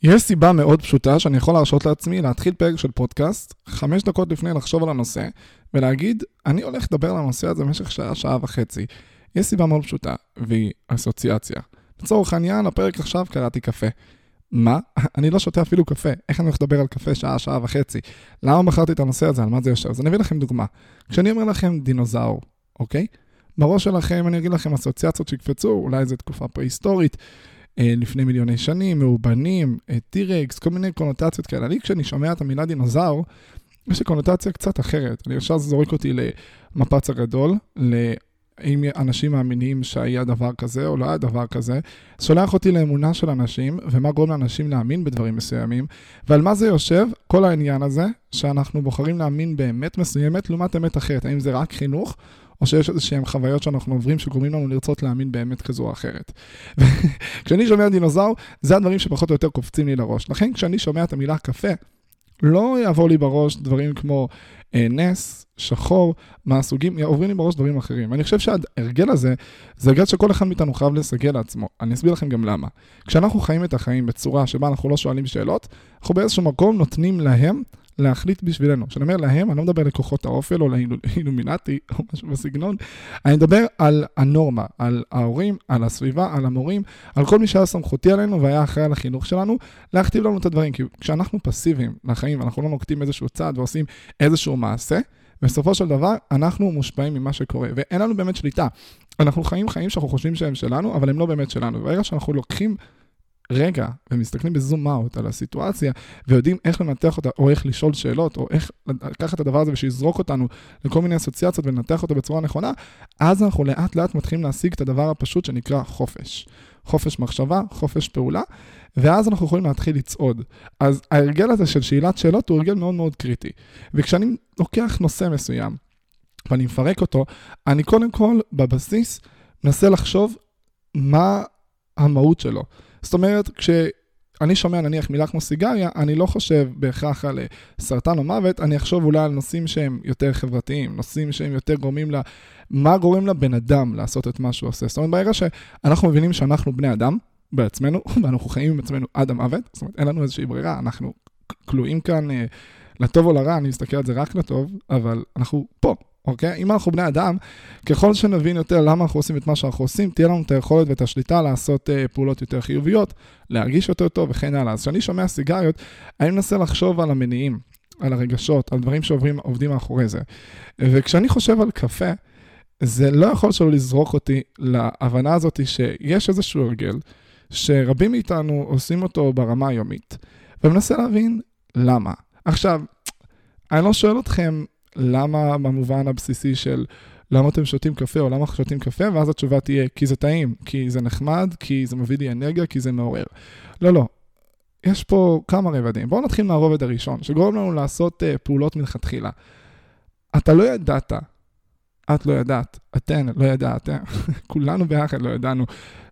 יש סיבה מאוד פשוטה שאני יכול להרשות לעצמי להתחיל פרק של פודקאסט 5 דקות לפני לחשוב על הנושא ולהגיד, אני הולך לדבר על הנושא הזה במשך שעה, שעה וחצי. יש סיבה מאוד פשוטה, והיא אסוציאציה. לצורך העניין, הפרק עכשיו קראתי קפה. מה? אני לא שותה אפילו קפה. איך אני הולך לדבר על קפה שעה, שעה וחצי? למה בחרתי את הנושא הזה? על מה זה יושב? אז אני אביא לכם דוגמה. כשאני אומר לכם דינוזאור, אוקיי? בראש שלכם אני אגיד לכם אסוציאציות שקפצו, אולי זו תקופה פרה-היסטורית, לפני מיליוני שנים, מאובנים, טירקס, כל מיני קונוטציות כאלה. אני כשאני שומע את המילה דינוזאור, יש לי קונוטציה קצת אחרת. אני ישר זורק אותי למפץ הגדול, אם אנשים מאמינים שהיה דבר כזה או לא היה דבר כזה, שולח אותי לאמונה של אנשים, ומה גורם לאנשים להאמין בדברים מסוימים, ועל מה זה יושב? כל העניין הזה, שאנחנו בוחרים להאמין באמת מסוימת, לעומת אמת אחרת. האם זה רק חינוך, או שיש איזשהם חוויות שאנחנו עוברים שגורמים לנו לרצות להאמין באמת כזו או אחרת. כשאני שומע דינוזאור, זה הדברים שפחות או יותר קופצים לי לראש. לכן כשאני שומע את המילה קפה, לא יעבור לי בראש דברים כמו נס, שחור, מהסוגים, עוברים לי בראש דברים אחרים. אני חושב שההרגל הזה, זה הרגל שכל אחד מאיתנו חייב לסגל לעצמו. אני אסביר לכם גם למה. כשאנחנו חיים את החיים בצורה שבה אנחנו לא שואלים שאלות, אנחנו באיזשהו מקום נותנים להם להחליט בשבילנו. כשאני אומר להם, אני לא מדבר לכוחות האופל או לאילומינטי או משהו בסגנון, אני מדבר על הנורמה, על ההורים, על הסביבה, על המורים, על כל מי שהיה סמכותי עלינו והיה אחראי על החינוך שלנו, להכתיב לנו את הדברים. כי כשאנחנו פסיביים לחיים ואנחנו לא נוקטים איזשהו צעד ועושים איזשהו מעשה, בסופו של דבר אנחנו מושפעים ממה שקורה, ואין לנו באמת שליטה. אנחנו חיים שאנחנו חושבים שהם שלנו, אבל הם לא באמת שלנו. וברגע שאנחנו לוקחים רגע, ומסתכלים בזום אאוט על הסיטואציה, ויודעים איך לנתח אותה, או איך לשאול שאלות, או איך לקחת את הדבר הזה ושיזרוק אותנו לכל מיני אסוציאציות ולנתח אותו בצורה נכונה, אז אנחנו לאט לאט מתחילים להשיג את הדבר הפשוט שנקרא חופש. חופש מחשבה, חופש פעולה, ואז אנחנו יכולים להתחיל לצעוד. אז ההרגל הזה של שאלת שאלות הוא הרגל מאוד מאוד קריטי. וכשאני לוקח נושא מסוים, ואני מפרק אותו, אני קודם כל בבסיס מנסה לחשוב מה המהות שלו. זאת אומרת, כשאני שומע נניח מילה כמו סיגריה, אני לא חושב בהכרח על סרטן או מוות, אני אחשוב אולי על נושאים שהם יותר חברתיים, נושאים שהם יותר גורמים מה גורם לבן אדם לעשות את מה שהוא עושה. זאת אומרת, ברגע שאנחנו מבינים שאנחנו בני אדם בעצמנו, ואנחנו חיים עם עצמנו עד המוות, זאת אומרת, אין לנו איזושהי ברירה, אנחנו כלואים כאן לטוב או לרע, אני מסתכל על זה רק לטוב, אבל אנחנו פה. אוקיי? אם אנחנו בני אדם, ככל שנבין יותר למה אנחנו עושים את מה שאנחנו עושים, תהיה לנו את היכולת ואת השליטה לעשות פעולות יותר חיוביות, להרגיש יותר טוב וכן הלאה. אז כשאני שומע סיגריות, אני מנסה לחשוב על המניעים, על הרגשות, על דברים שעובדים מאחורי זה. וכשאני חושב על קפה, זה לא יכול שלא לזרוק אותי להבנה הזאת שיש איזשהו הרגל, שרבים מאיתנו עושים אותו ברמה היומית, ומנסה להבין למה. עכשיו, אני לא שואל אתכם, למה במובן הבסיסי של למה אתם שותים קפה או למה שותים קפה, ואז התשובה תהיה כי זה טעים, כי זה נחמד, כי זה מביא לי אנרגיה, כי זה מעורר. לא. יש פה כמה רבדים. בואו נתחיל מהרובד הראשון, שגורם לנו לעשות פעולות מלכתחילה. אתה לא ידעת, את לא ידעת, אתן לא ידעתם, כולנו ביחד לא ידענו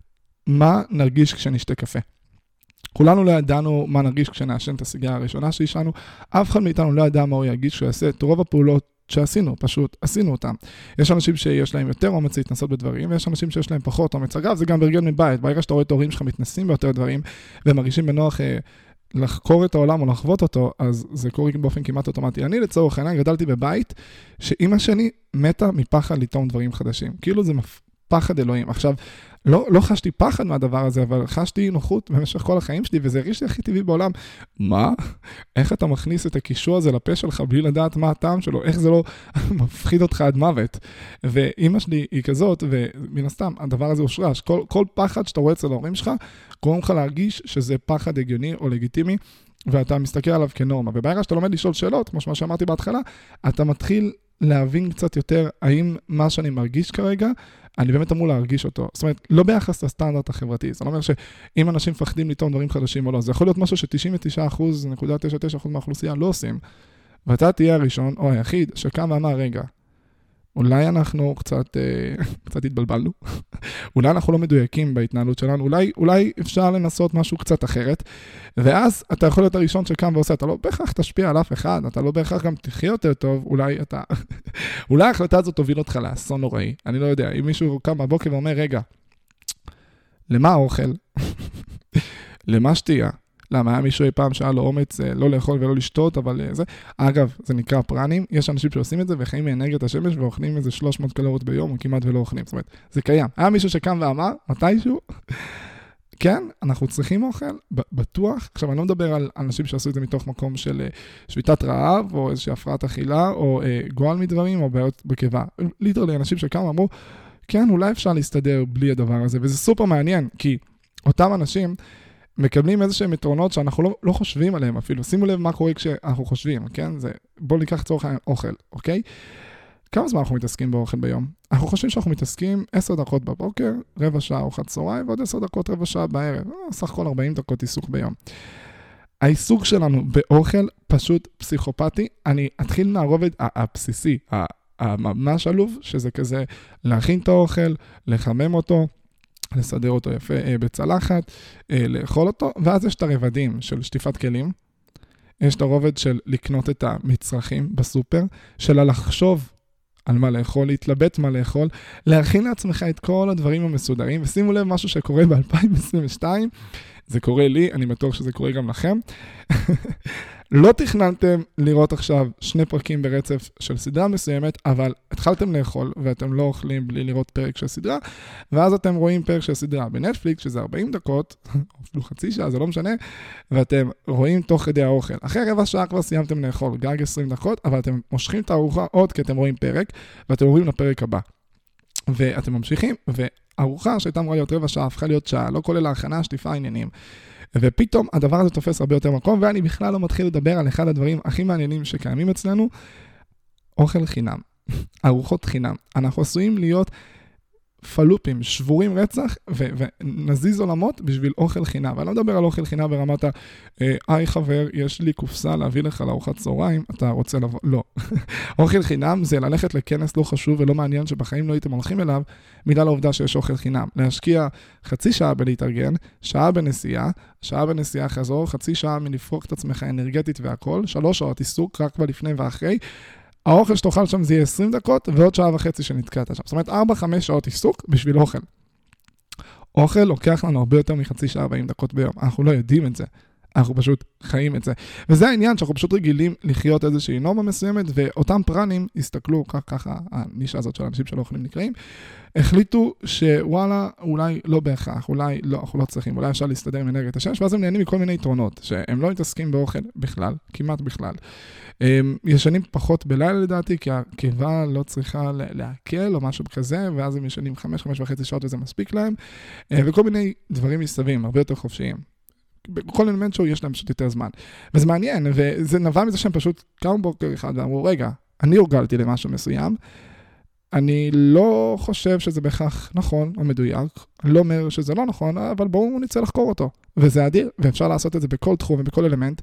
מה נרגיש כשנשתה קפה. כולנו לא ידענו מה נרגיש כשנעשן את הסיגריה הראשונה שישנו, אף אחד מאיתנו לא ידע מה הוא ירגיש כשהוא יעשה את רוב הפעולות שעשינו, פשוט עשינו אותם. יש אנשים שיש להם יותר אומץ להתנסות בדברים, ויש אנשים שיש להם פחות אומץ. אגב, זה גם בהרגל מבית, ברגע שאתה רואה את ההורים שלך מתנסים ביותר דברים, ומרגישים בנוח לחקור את העולם או לחוות אותו, אז זה קורה באופן כמעט אוטומטי. אני לצורך העניין גדלתי בבית, שאמא שלי מתה מפחד לטעום דברים חדשים. כאילו זה פחד אלוהים. עכשיו, לא חשתי פחד מהדבר הזה, אבל חשתי נוחות במשך כל החיים שלי, וזה הרגיש לי הכי טבעי בעולם. מה? איך אתה מכניס את הקישור הזה לפה שלך בלי לדעת מה הטעם שלו? איך זה לא מפחיד אותך עד מוות? ואמא שלי היא כזאת, ומן הסתם, הדבר הזה הושרש. כל פחד שאתה רואה אצל ההורים שלך, גורם לך להרגיש שזה פחד הגיוני או לגיטימי, ואתה מסתכל עליו כנורמה. וברגע שאתה לומד לשאול שאלות, כמו שאמרתי בהתחלה, אתה מתחיל להבין קצת יותר האם מה שאני מרגיש כרגע, אני באמת אמור להרגיש אותו. זאת אומרת, לא ביחס לסטנדרט החברתי. זה לא אומר שאם אנשים מפחדים לטעום דברים חדשים או לא, זה יכול להיות משהו ש99.99% מהאוכלוסייה לא עושים. ואתה תהיה הראשון או היחיד שקם ואמר, רגע, אולי אנחנו קצת התבלבלנו. אולי אנחנו לא מדויקים בהתנהלות שלנו. אולי אפשר לנסות משהו קצת אחרת. ואז אתה יכול להיות הראשון שקם ועושה. אתה לא בהכרח תשפיע על אף אחד. אתה לא בהכרח גם תחיה יותר טוב. אולי ההחלטה הזאת תוביל אותך לאסון נוראי. אני לא יודע. אם מישהו קם בבוקר ואומר, רגע, למה האוכל? למה שתייה? למה היה מישהו אי פעם שהיה לו אומץ לא לאכול ולא לשתות, אבל זה, אגב, זה נקרא פרנים, יש אנשים שעושים את זה וחיים מאנרגיית השמש ואוכלים איזה 300 קלוריות ביום, או כמעט ולא אוכלים, זאת אומרת, זה קיים. היה מישהו שקם ואמר, מתישהו, כן, אנחנו צריכים אוכל, בטוח. עכשיו, אני לא מדבר על אנשים שעשו את זה מתוך מקום של שביתת רעב, או איזושהי הפרעת אכילה, או גועל מדברים, או בעיות בקיבה. ליטרלי, אנשים שקם ואמרו, כן, אולי אפשר להסתדר בלי הדבר הזה, וזה סופר מעניין, כי אותם אנשים מקבלים איזשהם יתרונות שאנחנו לא חושבים עליהם אפילו. שימו לב מה קורה כשאנחנו חושבים, כן? בואו ניקח צורך אוכל, אוקיי? כמה זמן אנחנו מתעסקים באוכל ביום? אנחנו חושבים שאנחנו מתעסקים 10 דקות בבוקר, רבע שעה ארוחת צהריים, ועוד 10 דקות רבע שעה בערב. סך הכל 40 דקות עיסוק ביום. העיסוק שלנו באוכל פשוט פסיכופתי. אני אתחיל מהרובד הבסיסי, הממש עלוב, שזה כזה להכין את האוכל, לחמם אותו, לסדר אותו יפה בצלחת, לאכול אותו, ואז יש את הרבדים של שטיפת כלים, יש את הרובד של לקנות את המצרכים בסופר, של לחשוב על מה לאכול, להתלבט מה לאכול, להכין לעצמך את כל הדברים המסודרים, ושימו לב משהו שקורה ב-2022, זה קורה לי, אני בטוח שזה קורה גם לכם. לא תכננתם לראות עכשיו 2 פרקים ברצף של סדרה מסוימת, אבל התחלתם לאכול ואתם לא אוכלים בלי לראות פרק של סדרה, ואז אתם רואים פרק של סדרה בנטפליקס, שזה 40 דקות, אפילו חצי שעה, זה לא משנה, ואתם רואים תוך כדי האוכל. אחרי רבע שעה כבר סיימתם לאכול, גג 20 דקות, אבל אתם מושכים את הארוחה עוד כי אתם רואים פרק, ואתם עוברים לפרק הבא. ואתם ממשיכים, והארוחה שהייתה אמורה להיות רבע שעה, הפכה להיות שעה, לא כולל ההכנה, שטיפה, עניינים. ופתאום הדבר הזה תופס הרבה יותר מקום, ואני בכלל לא מתחיל לדבר על אחד הדברים הכי מעניינים שקיימים אצלנו, אוכל חינם, ארוחות חינם. אנחנו עשויים להיות פלופים, שבורים רצח, ונזיז עולמות בשביל אוכל חינם. ואני לא מדבר על אוכל חינם ברמת היי חבר, יש לי קופסה להביא לך לארוחת צהריים, אתה רוצה לבוא? לא. אוכל חינם זה ללכת לכנס לא חשוב ולא מעניין שבחיים לא הייתם הולכים אליו, בגלל העובדה שיש אוכל חינם. להשקיע חצי שעה בלהתארגן, שעה בנסיעה חזור, חצי שעה מלפרוק את עצמך אנרגטית והכל, 3 שעות עיסוק רק בלפני ואחרי, האוכל שתאכל שם זה יהיה 20 דקות, ועוד שעה וחצי שנתקעת שם. זאת אומרת, 4-5 שעות עיסוק בשביל אוכל. אוכל לוקח לנו הרבה יותר מחצי שעה 40 דקות ביום. אנחנו לא יודעים את זה. אנחנו פשוט חיים את זה. וזה העניין שאנחנו פשוט רגילים לחיות איזושהי נורמה מסוימת, ואותם פרנים הסתכלו, ככה, הנישה הזאת של אנשים שלא אוכלים נקראים, החליטו שוואלה, אולי לא בהכרח, אולי לא, אנחנו לא צריכים, אולי אפשר להסתדר עם אנרגיית השמש, ואז הם נהנים מכל מיני יתרונות, שהם לא מתעסקים באוכל בכלל, כמעט בכלל. ישנים פחות בלילה לדעתי, כי הקיבה לא צריכה להקל או משהו כזה, ואז הם ישנים 5.5 שעות וזה מספיק להם, וכל מיני דברים מסביבים, הרבה יותר חופשיים. בכל אלמנט שהוא יש להם פשוט יותר זמן. וזה מעניין, וזה נבע מזה שהם פשוט קמו בוקר אחד ואמרו, רגע, אני הורגלתי למשהו מסוים, אני לא חושב שזה בהכרח נכון או מדויק, אני לא אומר שזה לא נכון, אבל בואו נצא לחקור אותו. וזה אדיר, ואפשר לעשות את זה בכל תחום ובכל אלמנט,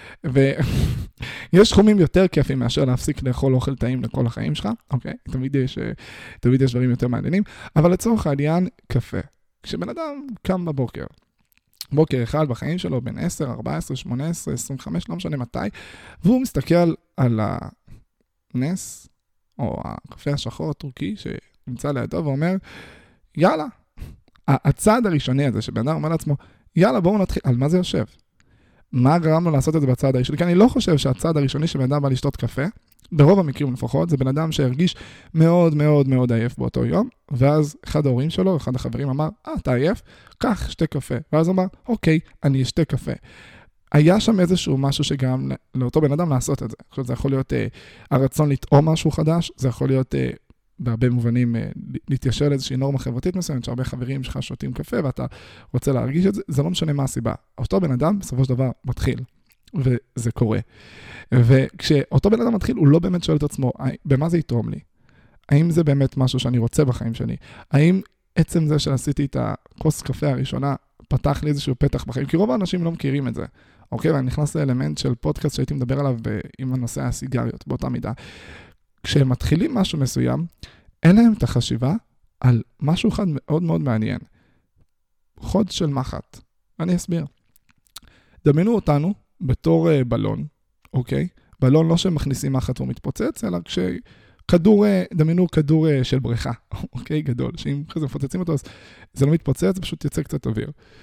ויש תחומים יותר כיפים מאשר להפסיק לאכול אוכל טעים לכל החיים שלך, אוקיי? תמיד יש דברים יותר מעניינים, אבל לצורך העניין, קפה. כשבן אדם קם בוקר אחד בחיים שלו, בין 10, 14, 18, 25, לא משנה מתי, והוא מסתכל על הנס, או הקפה השחור הטורקי שנמצא לידו, ואומר, יאללה, הצעד הראשוני הזה, שבן אדם אומר לעצמו, יאללה, בואו נתחיל, על מה זה יושב? מה גרם לו לעשות את זה בצעד הראשוני? כי אני לא חושב שהצעד הראשוני שבן אדם בא לשתות קפה, ברוב המקרים לפחות, זה בן אדם שהרגיש מאוד מאוד מאוד עייף באותו יום, ואז אחד ההורים שלו, אחד החברים אמר, אתה עייף? קח, שתה קפה. ואז הוא אמר, אוקיי, אני אשתה קפה. היה שם איזשהו משהו שגם לאותו בן אדם לעשות את זה. עכשיו, זה יכול להיות הרצון לטעום משהו חדש, זה יכול להיות בהרבה מובנים להתיישר לאיזושהי נורמה חברתית מסוימת, שהרבה חברים שלך שותים קפה, ואתה רוצה להרגיש את זה, זה לא משנה מה הסיבה. אותו בן אדם בסופו של דבר מתחיל, וזה קורה. וכשאותו בן אדם מתחיל, הוא לא באמת שואל את עצמו, במה זה יתרום לי? האם זה באמת משהו שאני רוצה בחיים שלי? האם עצם זה שעשיתי את הכוס קפה הראשונה, פתח לי איזשהו פתח בחיים? כי רוב האנשים לא מכירים את זה. אוקיי? ואני נכנס לאלמנט של פודקאסט שהייתי מדבר עליו עם הנושא הסיגריות, באותה מידה. כשהם מתחילים משהו מסוים, אין להם את החשיבה על משהו אחד מאוד מאוד מעניין. חוד של מחט. אני אסביר. דמיינו אותנו בתור בלון, אוקיי? בלון לא שמכניסים מחט ומתפוצץ, אלא כשכדור, דמיינו כדור של בריכה, אוקיי? גדול, שאם כזה מפוצצים אותו, אז זה לא מתפוצץ, זה פשוט יצא קצת אוויר.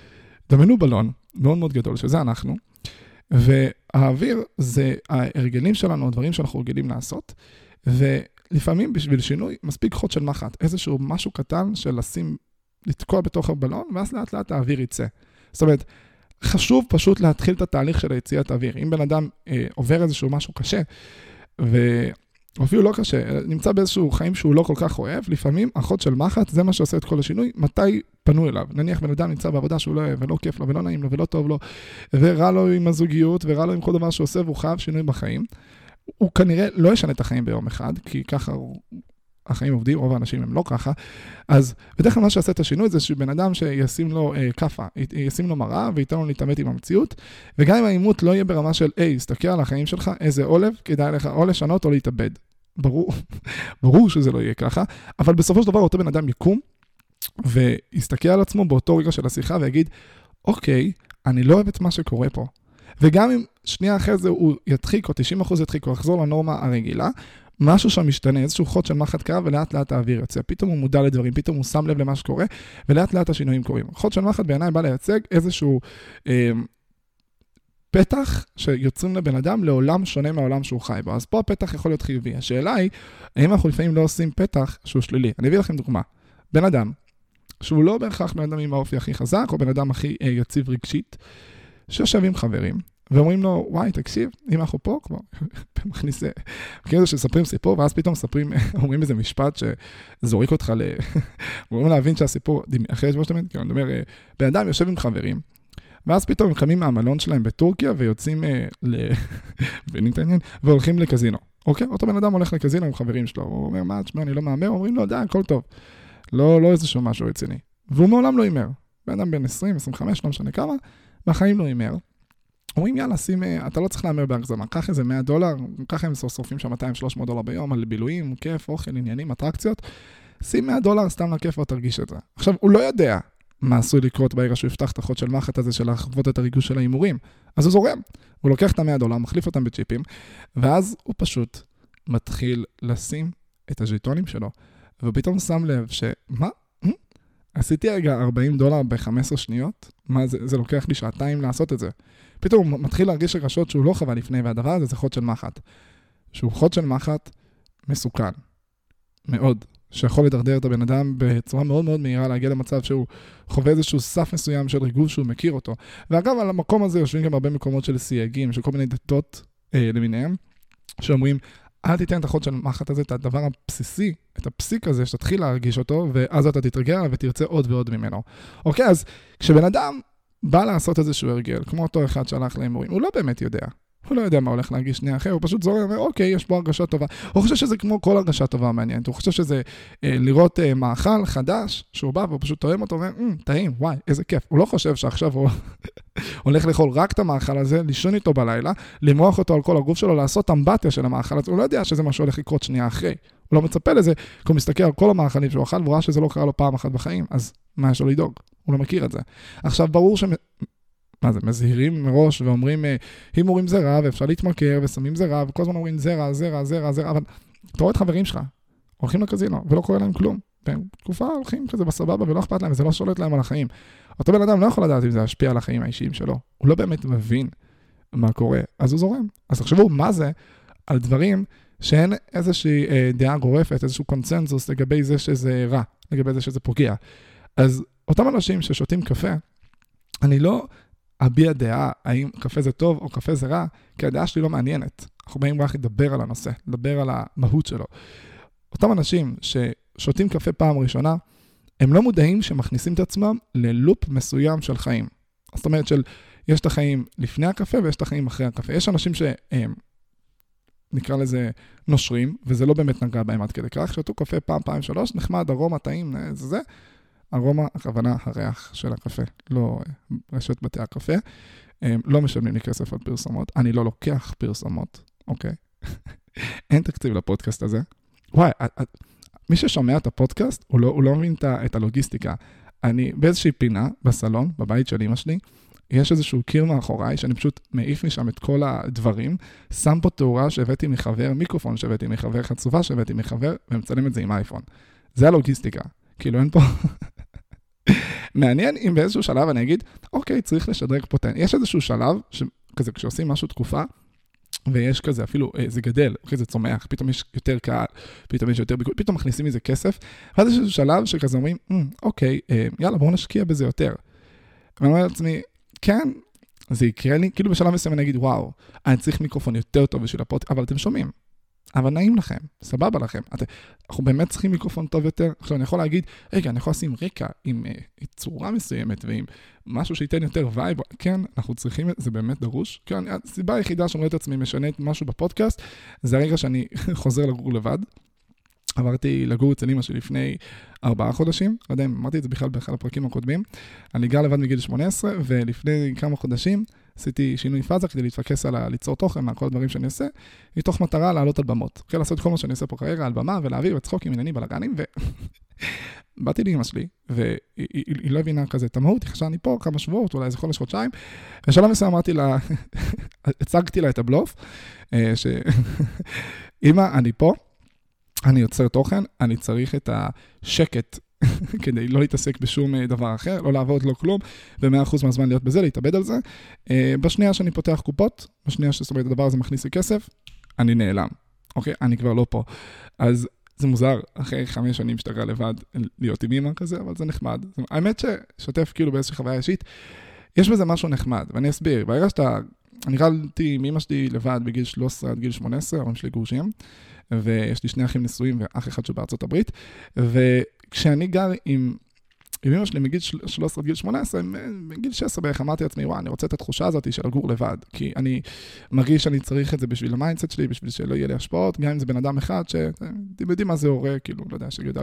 דמיינו בלון מאוד מאוד גדול, שזה אנחנו, והאוויר זה ההרגלים שלנו, הדברים שאנחנו רגילים לעשות, ולפעמים בשביל שינוי מספיק חוד של מחט, איזשהו משהו קטן של לתקוע בתוך הבלון, ואז לאט לאט האוויר יצא. זאת אומרת, חשוב פשוט להתחיל את התהליך של היציאת האוויר. אם בן אדם עובר איזשהו משהו קשה, ואפילו לא קשה, נמצא באיזשהו חיים שהוא לא כל כך אוהב, לפעמים החוד של מחט זה מה שעושה את כל השינוי, מתי פנו אליו. נניח בן אדם נמצא בעבודה שהוא לא אוהב, ולא כיף לו, ולא נעים לו, ולא טוב לו, ורע לו עם הזוגיות, ורע לו עם כל דבר שעושה, והוא חייב שינוי בחיים. הוא כנראה לא ישנה את החיים ביום אחד, כי ככה החיים עובדים, רוב האנשים הם לא ככה, אז בדרך כלל מה שעשה את השינוי זה שבן אדם שישים לו קפה, ישים לו מראה וייתן לו להתאמת עם המציאות, וגם אם האימות לא יהיה ברמה של, הסתכל על החיים שלך, איזה עולב, כדאי לך או לשנות או להתאבד. ברור שזה לא יהיה ככה, אבל בסופו של דבר אותו בן אדם יקום, ויסתכל על עצמו באותו רגע של השיחה ויגיד, אוקיי, אני לא אוהב את מה שקורה פה. וגם אם שנייה אחרי זה הוא ידחיק, או 90% ידחיק, או יחזור לנורמה הרגילה, משהו שם משתנה, איזשהו חוד של מחט קרה, ולאט לאט האוויר יוצא. פתאום הוא מודע לדברים, פתאום הוא שם לב למה שקורה, ולאט לאט השינויים קורים. חוד של מחט בעיניי בא לייצג איזשהו פתח שיוצרים לבן אדם לעולם שונה מהעולם שהוא חי בו. אז פה הפתח יכול להיות חיובי. השאלה היא, האם אנחנו לפעמים לא עושים פתח שהוא שלילי? אני אביא לכם דוגמה. בן אדם, שהוא לא בהכרח בן אדם עם האופי הכי חזק, או בן אדם הכי יציב רגשית, שיושב עם חברים, ואומרים לו, וואי, תקשיב, אם אנחנו פה, כמו, מכניס, כאילו שספרים סיפור, ואז פתאום אומרים איזה משפט שזוריק אותך אומרים להבין שהסיפור, אחרי שבוע שתמיד, כאילו, אני אומר, בן אדם יושב עם חברים, ואז פתאום הם קמים מהמלון שלהם בטורקיה, ויוצאים והולכים לקזינו. אוקיי? אותו בן אדם הולך לקזינו עם חברים שלו, הוא אומר, מה, תשמע, אני לא מאמר, אומרים לו, די, הכל טוב. לא איזשהו משהו רציני. והוא מעולם לא אימר. בן אדם בן 20, 25, לא משנה כמה, והחיים לא אימר. אומרים, יאללה, אתה לא צריך לאמר בהגזמה, קח איזה $100, ככה הם שורפים שם $200-300 ביום על בילויים, כיף, אוכל, עניינים, אטרקציות, שים $100 סתם לכיף ותרגיש את זה. עכשיו, הוא לא יודע מה עשוי לקרות ברגע שהוא יפתח את החוד של מחט הזה של לחוות את הריגוש של האימורים, אז הוא זורם, הוא לוקח את $100, מחליף אותם בצ'יפים, ואז הוא פשוט מתחיל לשים את הז'יטונים שלו, ופתאום שם לב מה? עשיתי רגע $40 ב-15 שניות? מה זה לוקח לי שעתיים לעשות את זה. פתאום הוא מתחיל להרגיש רגשות שהוא לא חווה לפני, והדבר הזה זה חוד של מחט. שהוא חוד של מחט מסוכן. מאוד. שיכול לדרדר את הבן אדם בצורה מאוד מאוד מהירה, להגיע למצב שהוא חווה איזשהו סף מסוים של ריגוש שהוא מכיר אותו. ואגב, על המקום הזה יושבים גם הרבה מקומות של סייגים, של כל מיני דתות למיניהם, שאומרים, אל תיתן את החוד של מחט הזה, את הדבר הבסיסי, את הפסיק הזה, שתתחיל להרגיש אותו, ואז אתה תתרגל ותרצה עוד ועוד ממנו. אוקיי, אז כשבן אדם בא לעשות איזשהו הרגל, כמו אותו אחד שהלך לאימורים, הוא לא באמת יודע. הוא לא יודע מה הולך להרגיש שנייה אחר, הוא פשוט זורם, אוקיי, יש פה הרגשה טובה. הוא חושב שזה כמו כל הרגשה טובה מעניינת. הוא חושב שזה לראות מאכל חדש, שהוא בא והוא פשוט טועם אותו, ואומר, טעים, וואי, איזה כיף. הוא לא חושב שעכשיו הוא הולך לאכול רק את המאכל הזה, לישון איתו בלילה, למרוח אותו על כל הגוף שלו, לעשות אמבטיה של המאכל הזה. הוא לא יודע שזה משהו הולך לקרות שנייה אחרי. הוא לא מצפה לזה, כי הוא מסתכל על כל המאכלים שהוא אכל, והוא ראה שזה לא קרה לו פעם אחת בחיים, אז מה יש לו לדאוג? הוא לא מכיר את זה. עכשיו, ברור מה זה, מזהירים מראש ואומרים, הימורים זה רע, ואפשר להתמכר, וסמים זה רע, וכל הזמן אומרים זה רע, זה רע, זה רע, זה רע, אבל אתה רואה את חברים שלך, הולכים לקזינו, ולא קורה להם כלום. והם תקופה הולכים כזה בסבבה, ולא אכפת להם, וזה לא שולט להם על החיים. אותו בן אדם לא יכול לדעת אם זה ישפיע על החיים האישיים שלו. הוא לא באמת מבין מה קורה, אז הוא זורם. אז תחשבו מה זה על דברים שאין איזושהי דעה גורפת, איזשהו קונצנזוס לגבי זה שזה רע, לגבי זה שזה פוגע. אז אותם אנשים ששותים קפה, אני לא אביע דעה האם קפה זה טוב או קפה זה רע, כי הדעה שלי לא מעניינת. אנחנו באים רק לדבר על הנושא, לדבר על המהות שלו. אותם אנשים ששותים קפה פעם ראשונה, הם לא מודעים שמכניסים את עצמם ללופ מסוים של חיים. זאת אומרת יש את החיים לפני הקפה ויש את החיים אחרי הקפה. יש אנשים שהם, נקרא לזה נושרים, וזה לא באמת נגע בהם עד כדי כך. שתו קפה פעם, שלוש, נחמד, ארומה, טעים, זה. ארומה, הכוונה, הריח של הקפה, לא רשת בתי הקפה. לא משלמים לי כסף על פרסומות, אני לא לוקח פרסומות, אוקיי? אין תקציב לפודקאסט הזה. וואי, מי ששומע את הפודקאסט, הוא לא מבין את הלוגיסטיקה. אני באיזושהי פינה, בסלון, בבית של אמא שלי, יש איזשהו קיר מאחוריי, שאני פשוט מעיף משם את כל הדברים, שם פה תאורה שהבאתי מחבר, מיקרופון שהבאתי מחבר, חצובה שהבאתי מחבר, ומצלם את זה עם אייפון. זה הלוגיסטיקה. כאילו אין פה מעניין אם באיזשהו שלב אני אגיד, אוקיי, צריך לשדרג פוטנט. יש איזשהו שלב, כזה כשעושים משהו תקופה, ויש כזה אפילו, זה גדל, זה צומח, פתאום יש יותר קהל, פתאום יש יותר ביקור, פתאום מכניסים מזה כסף, ואז יש איזשהו שלב שכזה אומרים, אוקיי, יאללה, בואו נשקיע בזה יותר. ואני אומר לעצמי, כן, זה יקרה לי, כאילו בשלב מסוים אני אגיד, וואו, אני צריך מיקרופון יותר טוב בשביל הפודקאסט, אבל אתם שומעים, אבל נעים לכם, סבבה לכם, אנחנו באמת צריכים מיקרופון טוב יותר. עכשיו אני יכול להגיד, רגע, אני יכול לשים רקע עם צורה מסוימת ועם משהו שייתן יותר וייב, כן, אנחנו צריכים, זה באמת דרוש. כן, הסיבה היחידה שאני רואה את עצמי משנה משהו בפודקאסט, זה הרגע שאני חוזר לגור לבד. עברתי לגור אצל אמא שלי לפני 4 חודשים, לא יודע אם אמרתי את זה בכלל באחד הפרקים הקודמים. אני גר לבד מגיל 18, ולפני כמה חודשים עשיתי שינוי פאזה כדי להתפקס על ליצור תוכן מהכל הדברים שאני עושה, מתוך מטרה לעלות על במות. אוקיי, לעשות כל מה שאני עושה פה כרגע על במה, ולהעביר וצחוקים עניינים בלגנים, באתי לאמא שלי, והיא לא הבינה כזה את המהות, היא חשבה אני פה כמה שבועות, אולי איזה חודשיים, ושלום מסוים אמרתי לה, הצגתי לה את הבלוף, אמא, אני פה, אני יוצר תוכן, אני צריך את השקט כדי לא להתעסק בשום דבר אחר, לא לעבוד, לא כלום, ו100% מהזמן להיות בזה, להתאבד על זה. בשנייה שאני פותח קופות, בשנייה שזאת אומרת, הדבר הזה מכניס לי כסף, אני נעלם. אוקיי? אני כבר לא פה. אז זה מוזר, אחרי 5 שנים שאתה גר לבד, להיות עם אמא כזה, אבל זה נחמד. האמת ששתף כאילו באיזושהי חוויה אישית, יש בזה משהו נחמד, ואני אסביר. ברגע שאתה, אני גרתי עם אמא שלי לבד בגיל 13 עד גיל 18, ההורים שלי גרושים, ויש לי 2 אחים נשואים ואח אחד שבארצות הברית, וכשאני גר עם אמא שלי מגיל 13 עד גיל 18, מגיל 16 בערך אמרתי לעצמי, וואו, אני רוצה את התחושה הזאת של לגור לבד, כי אני מרגיש שאני צריך את זה בשביל המיינדסט שלי, בשביל שלא יהיה לי השפעות, גם אם זה בן אדם אחד, שאתם יודעים מה זה הורה, כאילו, לא יודע, שגדל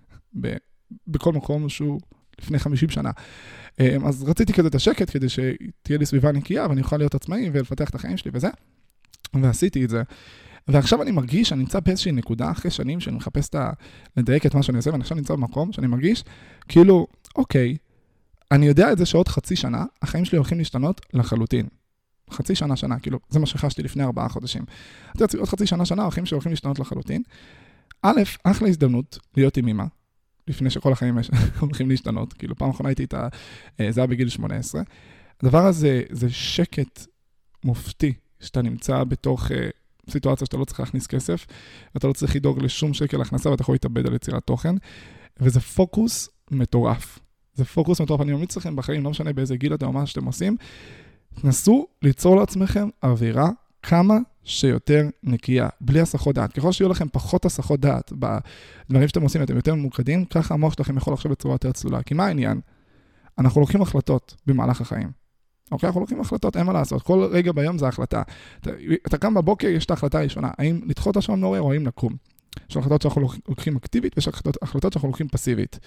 בכל מקום שהוא לפני 50 שנה. אז רציתי כזה את השקט, כדי שתהיה לי סביבה נקייה, ואני אוכל להיות עצמאי ולפתח את החיים שלי וזה, ועשיתי את זה. ועכשיו אני מרגיש שאני נמצא באיזושהי נקודה אחרי שנים שאני מחפש לדייק את מה שאני עושה, ואני עכשיו נמצא במקום שאני מרגיש כאילו, אוקיי, אני יודע את זה שעוד חצי שנה, החיים שלי הולכים להשתנות לחלוטין. חצי שנה, כאילו, זה מה שחשתי לפני 4 חודשים. אתה יודע, עוד חצי שנה, החיים שלי הולכים להשתנות לחלוטין. א', אחלה הזדמנות להיות עם אמא, לפני שכל החיים הולכים להשתנות, כאילו, פעם אחרונה הייתי איתה, זה היה בגיל 18. הדבר הזה, זה שקט מופתי, שאתה נמצא בתוך סיטואציה שאתה לא צריך להכניס כסף, ואתה לא צריך לדאוג לשום שקל הכנסה, ואתה יכול להתאבד על יצירת תוכן, וזה פוקוס מטורף. זה פוקוס מטורף, אני ממליץ לכם בחיים, לא משנה באיזה גיל אתם או מה שאתם עושים, תנסו ליצור לעצמכם אווירה כמה שיותר נקייה, בלי הסחות דעת. ככל שיהיו לכם פחות הסחות דעת בדברים שאתם עושים, אתם יותר ממוקדים, ככה המוח שלכם יכול לחשוב בצורה יותר צלולה. כי מה העניין? אנחנו לוקחים החלטות במהלך החיים. אוקיי, אנחנו לוקחים החלטות, אין מה לעשות. כל רגע ביום זה החלטה. אתה קם בבוקר, יש את ההחלטה הראשונה. האם לדחות השעון מעורר או האם לקום? יש החלטות שאנחנו לוקחים אקטיבית, ויש החלטות שאנחנו לוקחים פסיבית.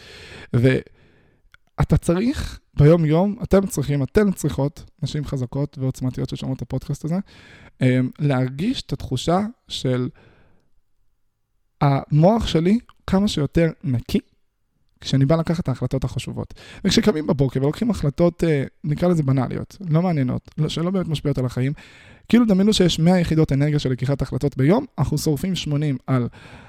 ואתה צריך ביום יום, אתן צריכות, נשים חזקות ועוצמתיות ששומעות את הפודקאסט הזה, להרגיש את התחושה של המוח שלי כמה שיותר נקי, כשאני בא לקחת את ההחלטות החשובות. וכשקמים בבוקר ולוקחים החלטות, נקרא לזה בנאליות, לא מעניינות, שלא באמת משפיעות על החיים, כאילו דמיינו שיש 100 יחידות אנרגיה של לקיחת החלטות ביום, אנחנו שורפים 80 על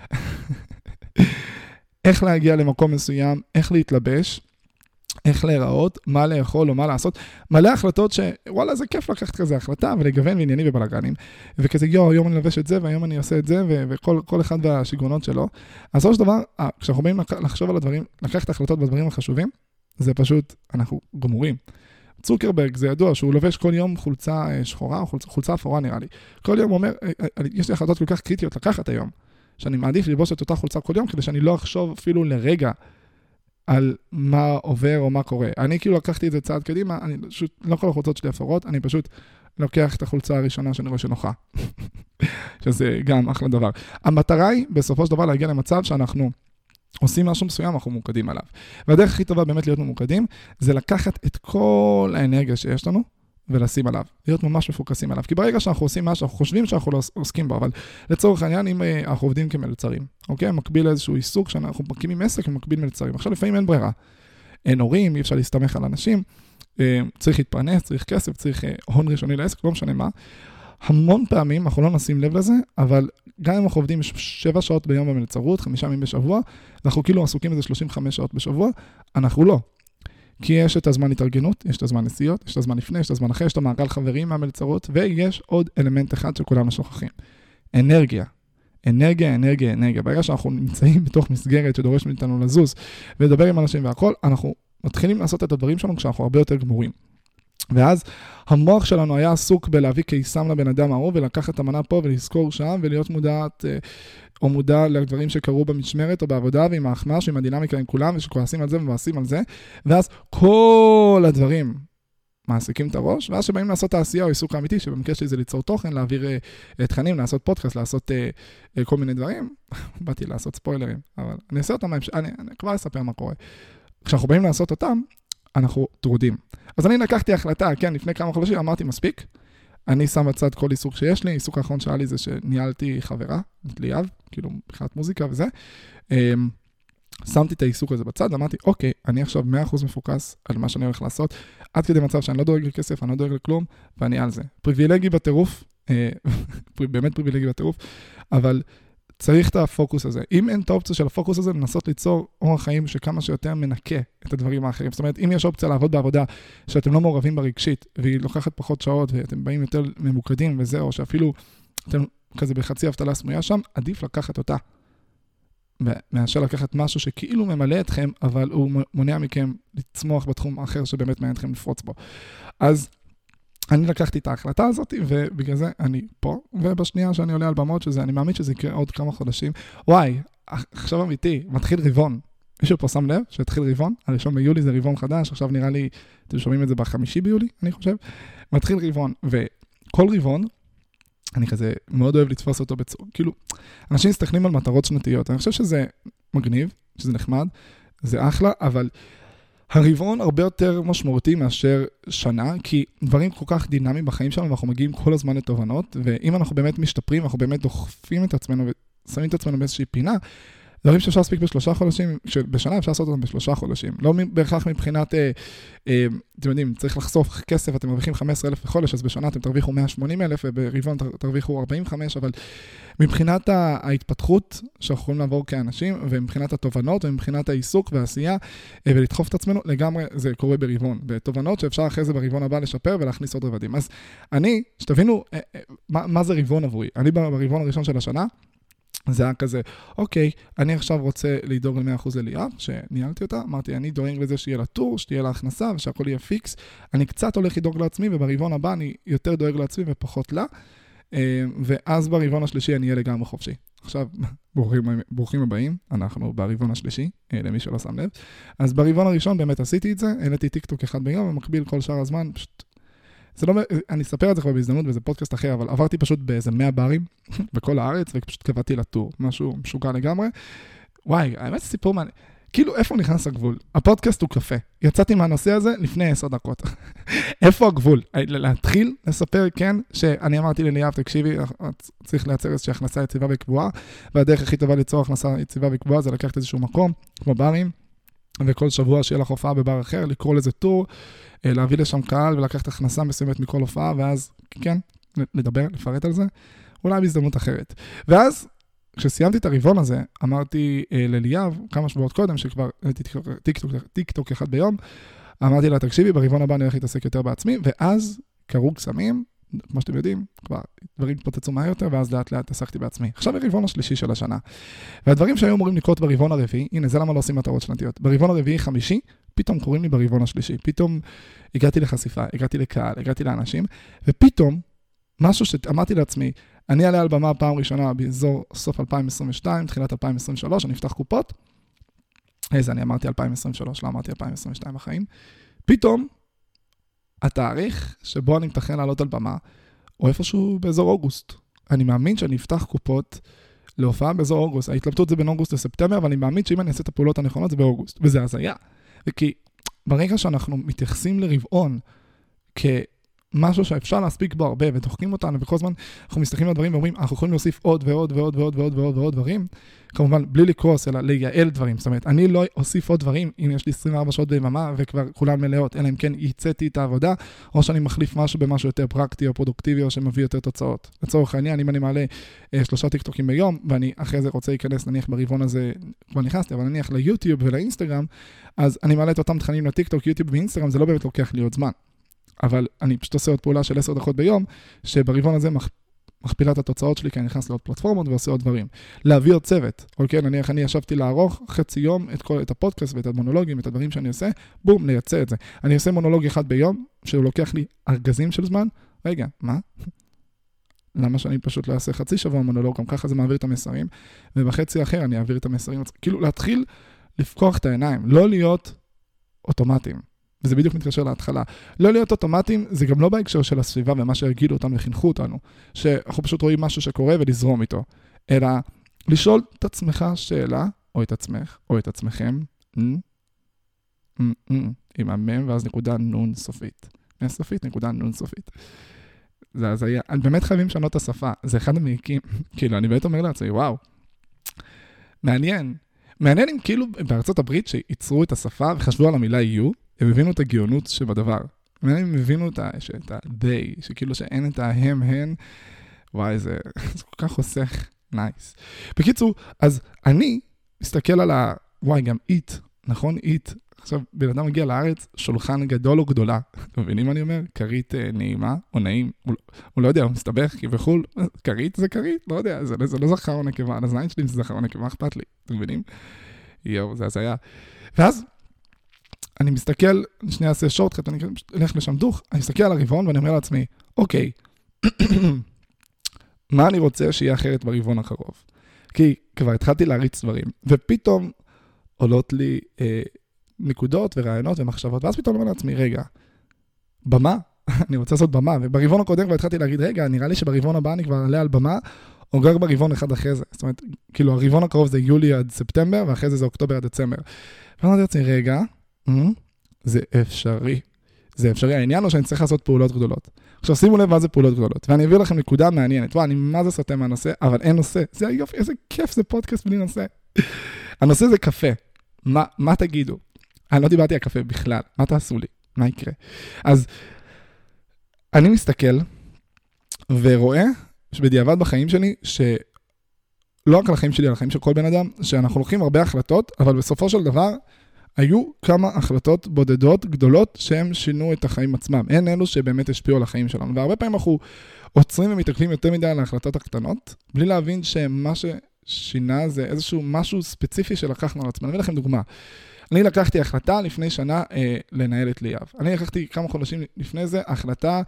איך להגיע למקום מסוים, איך להתלבש, איך להיראות, מה לאכול או מה לעשות, מלא החלטות שוואלה זה כיף לקחת כזה החלטה ולגוון ועניינים ובלגנים, וכזה היום אני לבש את זה והיום אני עושה את זה וכל אחד והשיגעונות שלו. אז עוד דבר, כשאנחנו באים לחשוב על הדברים, לקחת החלטות בדברים החשובים, זה פשוט, אנחנו גמורים. צוקרברג זה ידוע שהוא לובש כל יום חולצה שחורה או חולצה אפורה נראה לי. כל יום הוא אומר, יש לי החלטות כל כך קריטיות לקחת היום, שאני מעדיף ללבוש את אותה חולצה כל יום כדי שאני לא אחשוב אפילו לרגע על מה עובר או מה קורה. אני כאילו לקחתי את זה צעד קדימה, אני פשוט, לא כל החולצות שלי אפורות, אני פשוט לוקח את החולצה הראשונה שאני רואה שנוחה. שזה גם אחלה דבר. המטרה היא בסופו של דבר להגיע למצב שאנחנו עושים משהו מסוים, אנחנו ממוקדים עליו. והדרך הכי טובה באמת להיות ממוקדים, זה לקחת את כל האנרגיה שיש לנו, ולשים עליו, להיות ממש מפוקסים עליו. כי ברגע שאנחנו עושים משהו, אנחנו חושבים שאנחנו לא עוסקים בו, אבל לצורך העניין, אם אנחנו עובדים כמלצרים, אוקיי? מקביל לאיזשהו עיסוק, שאנחנו מקימים עסק ומקביל מלצרים. עכשיו לפעמים אין ברירה. אין הורים, אי אפשר להסתמך על אנשים, צריך להתפרנס, צריך כסף, צריך הון ראשוני לעסק, לא משנה מה. המון פעמים, אנחנו לא נשים לב לזה, אבל גם אם אנחנו עובדים 7 שעות ביום במלצרות, 5 ימים בשבוע, אנחנו כאילו עסוקים איזה 35 שעות בשבוע, אנחנו לא. כי יש את הזמן התארגנות, יש את הזמן נסיעות, יש את הזמן לפני, יש את הזמן אחרי, יש את המעגל חברים מהמלצרות, ויש עוד אלמנט אחד שכולנו שוכחים. אנרגיה. אנרגיה, אנרגיה, אנרגיה. ברגע שאנחנו נמצאים בתוך מסגרת שדורש מאיתנו לזוז ולדבר עם אנשים והכל, אנחנו מתחילים לעשות את הדברים שלנו כשאנחנו הרבה יותר גמורים. ואז המוח שלנו היה עסוק בלהביא קיסם לבן אדם ההוא, ולקחת את המנה פה ולזכור שם, ולהיות מודעת או מודע לדברים שקרו במשמרת או בעבודה, ועם האחמש, ועם הדינמיקה עם כולם, ושכועסים על זה ומעשים על זה, ואז כל הדברים מעסיקים את הראש, ואז שבאים לעשות תעשייה או עיסוק האמיתי, שבמקרה שלי זה ליצור תוכן, להעביר תכנים, לעשות פודקאסט, לעשות כל מיני דברים. באתי לעשות ספוילרים, אבל אני אעשה אותם, אני כבר אספר מה קורה. כשאנחנו באים לעשות אותם, אנחנו טרודים. אז אני לקחתי החלטה, כן, לפני כמה חודשים אמרתי מספיק, אני שם בצד כל עיסוק שיש לי, עיסוק האחרון שהיה לי זה שניהלתי חברה, את ליאב, כאילו מבחינת מוזיקה וזה, שמתי את העיסוק הזה בצד, אמרתי, אוקיי, אני עכשיו 100% מפוקס על מה שאני הולך לעשות, עד כדי מצב שאני לא דואג לכסף, אני לא דואג לכלום, ואני על זה. פריבילגי בטירוף, באמת פריבילגי בטירוף, אבל צריך את הפוקוס הזה. אם אין את האופציה של הפוקוס הזה, לנסות ליצור אורח חיים שכמה שיותר מנקה את הדברים האחרים. זאת אומרת, אם יש אופציה לעבוד בעבודה שאתם לא מעורבים ברגשית, והיא לוקחת פחות שעות, ואתם באים יותר ממוקדים וזה, או שאפילו אתם כזה בחצי אבטלה סמויה שם, עדיף לקחת אותה. מאשר לקחת משהו שכאילו ממלא אתכם, אבל הוא מונע מכם לצמוח בתחום האחר שבאמת מעניין אתכם לפרוץ בו. אז אני לקחתי את ההחלטה הזאת, ובגלל זה אני פה, ובשנייה שאני עולה על במות שזה, אני מאמין שזה יקרה עוד כמה חודשים. וואי, עכשיו אמיתי, מתחיל רבעון. מישהו פה שם לב שהתחיל רבעון? הראשון ביולי זה רבעון חדש, עכשיו נראה לי, אתם שומעים את זה ב5 ביולי, אני חושב. מתחיל רבעון, וכל רבעון, אני כזה מאוד אוהב לתפוס אותו בצורה, כאילו, אנשים מסתכלים על מטרות שנתיות, אני חושב שזה מגניב, שזה נחמד, זה אחלה, אבל הרבעון הרבה יותר משמעותי מאשר שנה, כי דברים כל כך דינמיים בחיים שלנו, ואנחנו מגיעים כל הזמן לתובנות, ואם אנחנו באמת משתפרים, אנחנו באמת דוחפים את עצמנו, ושמים את עצמנו באיזושהי פינה, דברים שאפשר להספיק ב3 חודשים, בשנה אפשר לעשות אותם ב3 חודשים. לא בהכרח מבחינת, אתם יודעים, צריך לחסוך כסף, אתם מרוויחים 15,000 בחודש, אז בשנה אתם תרוויחו 180,000, וברבעון תרוויחו 45, אבל מבחינת ההתפתחות שאנחנו יכולים לעבור כאנשים, ומבחינת התובנות, ומבחינת העיסוק והעשייה, ולדחוף את עצמנו, לגמרי זה קורה ברבעון. בתובנות שאפשר אחרי זה ברבעון הבא לשפר ולהכניס עוד רבדים. אז אני, שתבינו מה זה רבעון עבורי. אני ברבעון הראשון של השנה, זה היה כזה, אוקיי, אני עכשיו רוצה לדאוג ל100% לליאב, שניהלתי אותה, אמרתי, אני דואג לזה שיהיה לה טור, שתהיה לה הכנסה, ושהכל יהיה פיקס, אני קצת הולך לדאוג לעצמי, וברבעון הבא אני יותר דואג לעצמי ופחות לה, ואז ברבעון השלישי אני אהיה לגמרי חופשי. עכשיו, ברוכים הבאים, אנחנו ברבעון השלישי, למי שלא שם לב, אז ברבעון הראשון באמת עשיתי את זה, העליתי טיקטוק אחד ביום, ומקביל כל שאר הזמן, פשוט זה לא, אני אספר את זה כבר בהזדמנות, וזה פודקאסט אחר, אבל עברתי פשוט באיזה 100 ברים בכל הארץ, ופשוט קבעתי לטור, משהו משוגע לגמרי. וואי, האמת סיפור מעניין. כאילו, איפה נכנס הגבול? הפודקאסט הוא קפה. יצאתי מהנושא הזה לפני 10 דקות. איפה הגבול? להתחיל לספר, כן, שאני אמרתי לליאב, תקשיבי, צריך לייצר איזושהי הכנסה יציבה וקבועה, והדרך הכי טובה ליצור הכנסה יציבה וקבועה, זה לקחת איזשהו מקום, כמו ברים, וכל שבוע שיהיה לך הופעה בבר אחר, לקרוא לזה טור, להביא לשם קהל ולקחת הכנסה מסוימת מכל הופעה, ואז, כן, לדבר, לפרט על זה, אולי בהזדמנות אחרת. ואז, כשסיימתי את הרבעון הזה, אמרתי לליאב, כמה שבועות קודם, שכבר טיקטוק אחד ביום, אמרתי לה, תקשיבי, ברבעון הבא אני הולך להתעסק יותר בעצמי, ואז קרו קסמים, כמו שאתם יודעים, כבר דברים התפוצצו מהר יותר, ואז לאט לאט עסקתי בעצמי. עכשיו הרבעון השלישי של השנה. והדברים שהיו אמורים לקרות ברבעון הרביעי, הנה, זה למה לא עושים מטרות שנתיות. ברבעון הרביעי, חמישי, פתאום קוראים לי ברבעון השלישי. פתאום הגעתי לחשיפה, הגעתי לקהל, הגעתי לאנשים, ופתאום, משהו שאמרתי לעצמי, אני אעלה על במה פעם ראשונה באזור סוף 2022, תחילת 2023, אני אפתח קופות. איזה, אני אמרתי 2023, לא אמרתי 2022 בחיים. פתאום, התאריך שבו אני מתכנן לעלות על במה, הוא איפשהו באזור אוגוסט. אני מאמין שאני אפתח קופות להופעה באזור אוגוסט. ההתלבטות זה בין אוגוסט לספטמבר, אבל אני מאמין שאם אני אעשה את הפעולות הנכונות זה באוגוסט. וזה הזיה. וכי ברגע שאנחנו מתייחסים לרבעון משהו שאפשר להספיק בו הרבה, ודוחקים אותנו, וכל הזמן אנחנו מסתכלים על דברים ואומרים, אנחנו יכולים להוסיף עוד ועוד ועוד ועוד ועוד ועוד ועוד דברים, כמובן, בלי לקרוס, אלא לייעל דברים. זאת אומרת, אני לא אוסיף עוד דברים, אם יש לי 24 שעות ביממה, וכבר כולן מלאות, אלא אם כן ייצאתי את העבודה, או שאני מחליף משהו במשהו יותר פרקטי או פרודוקטיבי, או שמביא יותר תוצאות. לצורך העניין, אם אני מעלה 3 טיקטוקים ביום, ואני אחרי זה רוצה להיכנס, נניח ברבעון הזה, כבר נכנסתי, אבל נניח ליוטיוב ולאינסטגרם, אז אני מעלה את אותם תכנים לטיקטוק, יוטיוב ואינסטגרם, זה לא באמת לוקח לי עוד זמן. אבל אני פשוט עושה עוד פעולה של 10 דקות ביום, שברבעון הזה מכפילה את התוצאות שלי, כי אני נכנס לעוד פלטפורמות ועושה עוד דברים. להביא עוד צוות, אוקיי? נניח אני ישבתי לערוך חצי יום את הפודקאסט ואת המונולוגים, את הדברים שאני עושה, בום, נייצא את זה. אני עושה מונולוג אחד ביום, שהוא לוקח לי ארגזים של זמן. רגע, מה? למה שאני פשוט לא אעשה חצי שבוע מונולוג, גם ככה זה מעביר את המסרים, ובחצי אחר אני אעביר את המסרים. כאילו להתחיל לפקוח את העיניים, לא להיות אוטומטיים. וזה בדיוק מתקשר להתחלה. לא להיות אוטומטיים, זה גם לא בהקשר של הסביבה ומה שהרגידו אותם וחינכו אותנו, שאנחנו פשוט רואים משהו שקורה ולזרום איתו, אלא לשאול את עצמך שאלה, או את עצמך, או את עצמכם, עם המם, ואז נקודה נון סופית. סופית, נקודה נון סופית. זה היה, באמת חייבים לשנות את השפה, זה אחד המעיקים, כאילו, אני באמת אומר לעצמי, וואו, מעניין אם כאילו בארצות הברית שיצרו את השפה וחשבו על המילה you, הם הבינו את הגאונות שבדבר. הם הבינו את ה-they, שכאילו שאין את ההם, הן, וואי, זה כל כך חוסך, נייס. בקיצור, אז אני מסתכל על וואי, גם it, נכון? it. עכשיו, בן אדם מגיע לארץ, שולחן גדול או גדולה. אתם מבינים מה אני אומר? כרית נעימה או נעים. הוא לא יודע, הוא מסתבך, כי בחול, כרית זה כרית, לא יודע, זה לא זכר או נקבה. על הזין שלי זה זכר או נקבה, אכפת לי. אתם מבינים? יואו, זה היה. ואז, אני מסתכל, שנייה אעשה שורטקאט, אני אלך לשם דוך, אני מסתכל על הרבעון ואני אומר לעצמי, אוקיי, מה אני רוצה שיהיה אחרת ברבעון הקרוב? כי כבר התחלתי להריץ דברים, ופתאום עולות לי נקודות ורעיונות ומחשבות, ואז פתאום אומר לעצמי, רגע, במה? אני רוצה לעשות במה, וברבעון הקודם כבר התחלתי להגיד, רגע, נראה לי שברבעון הבא אני כבר עלה על במה, או גר ברבעון אחד אחרי זה. זאת אומרת, כאילו הרבעון הקרוב זה יולי עד ספטמבר, ואחרי זה אוקטובר עד דצמבר. ואני רוצה לעצמי, רגע, זה אפשרי. זה אפשרי. העניין הוא שאני צריך לעשות פעולות גדולות. עכשיו שימו לב מה זה פעולות גדולות. ואני אביא לכם נקודה מעניינת. וואי, אני מה זה סוטה מהנושא, אבל אין נושא. זה יופי, איזה כיף זה פודקאסט בלי נושא. הנושא זה קפה. מה תגידו? אני לא דיברתי על קפה בכלל. מה תעשו לי? מה יקרה? אז אני מסתכל ורואה שבדיעבד בחיים שלי, שלא רק על החיים שלי, על החיים של כל בן אדם, שאנחנו לוקחים הרבה החלטות, אבל בסופו של דבר, היו כמה החלטות בודדות גדולות שהם שינו את החיים עצמם. הן אלו שבאמת השפיעו על החיים שלנו. והרבה פעמים אנחנו עוצרים ומתעכבים יותר מדי על ההחלטות הקטנות, בלי להבין שמה ששינה זה איזשהו משהו ספציפי שלקחנו על עצמנו. אני אביא לכם דוגמה. אני לקחתי החלטה לפני שנה לנהל את ליאב. אני לקחתי כמה חודשים לפני זה החלטה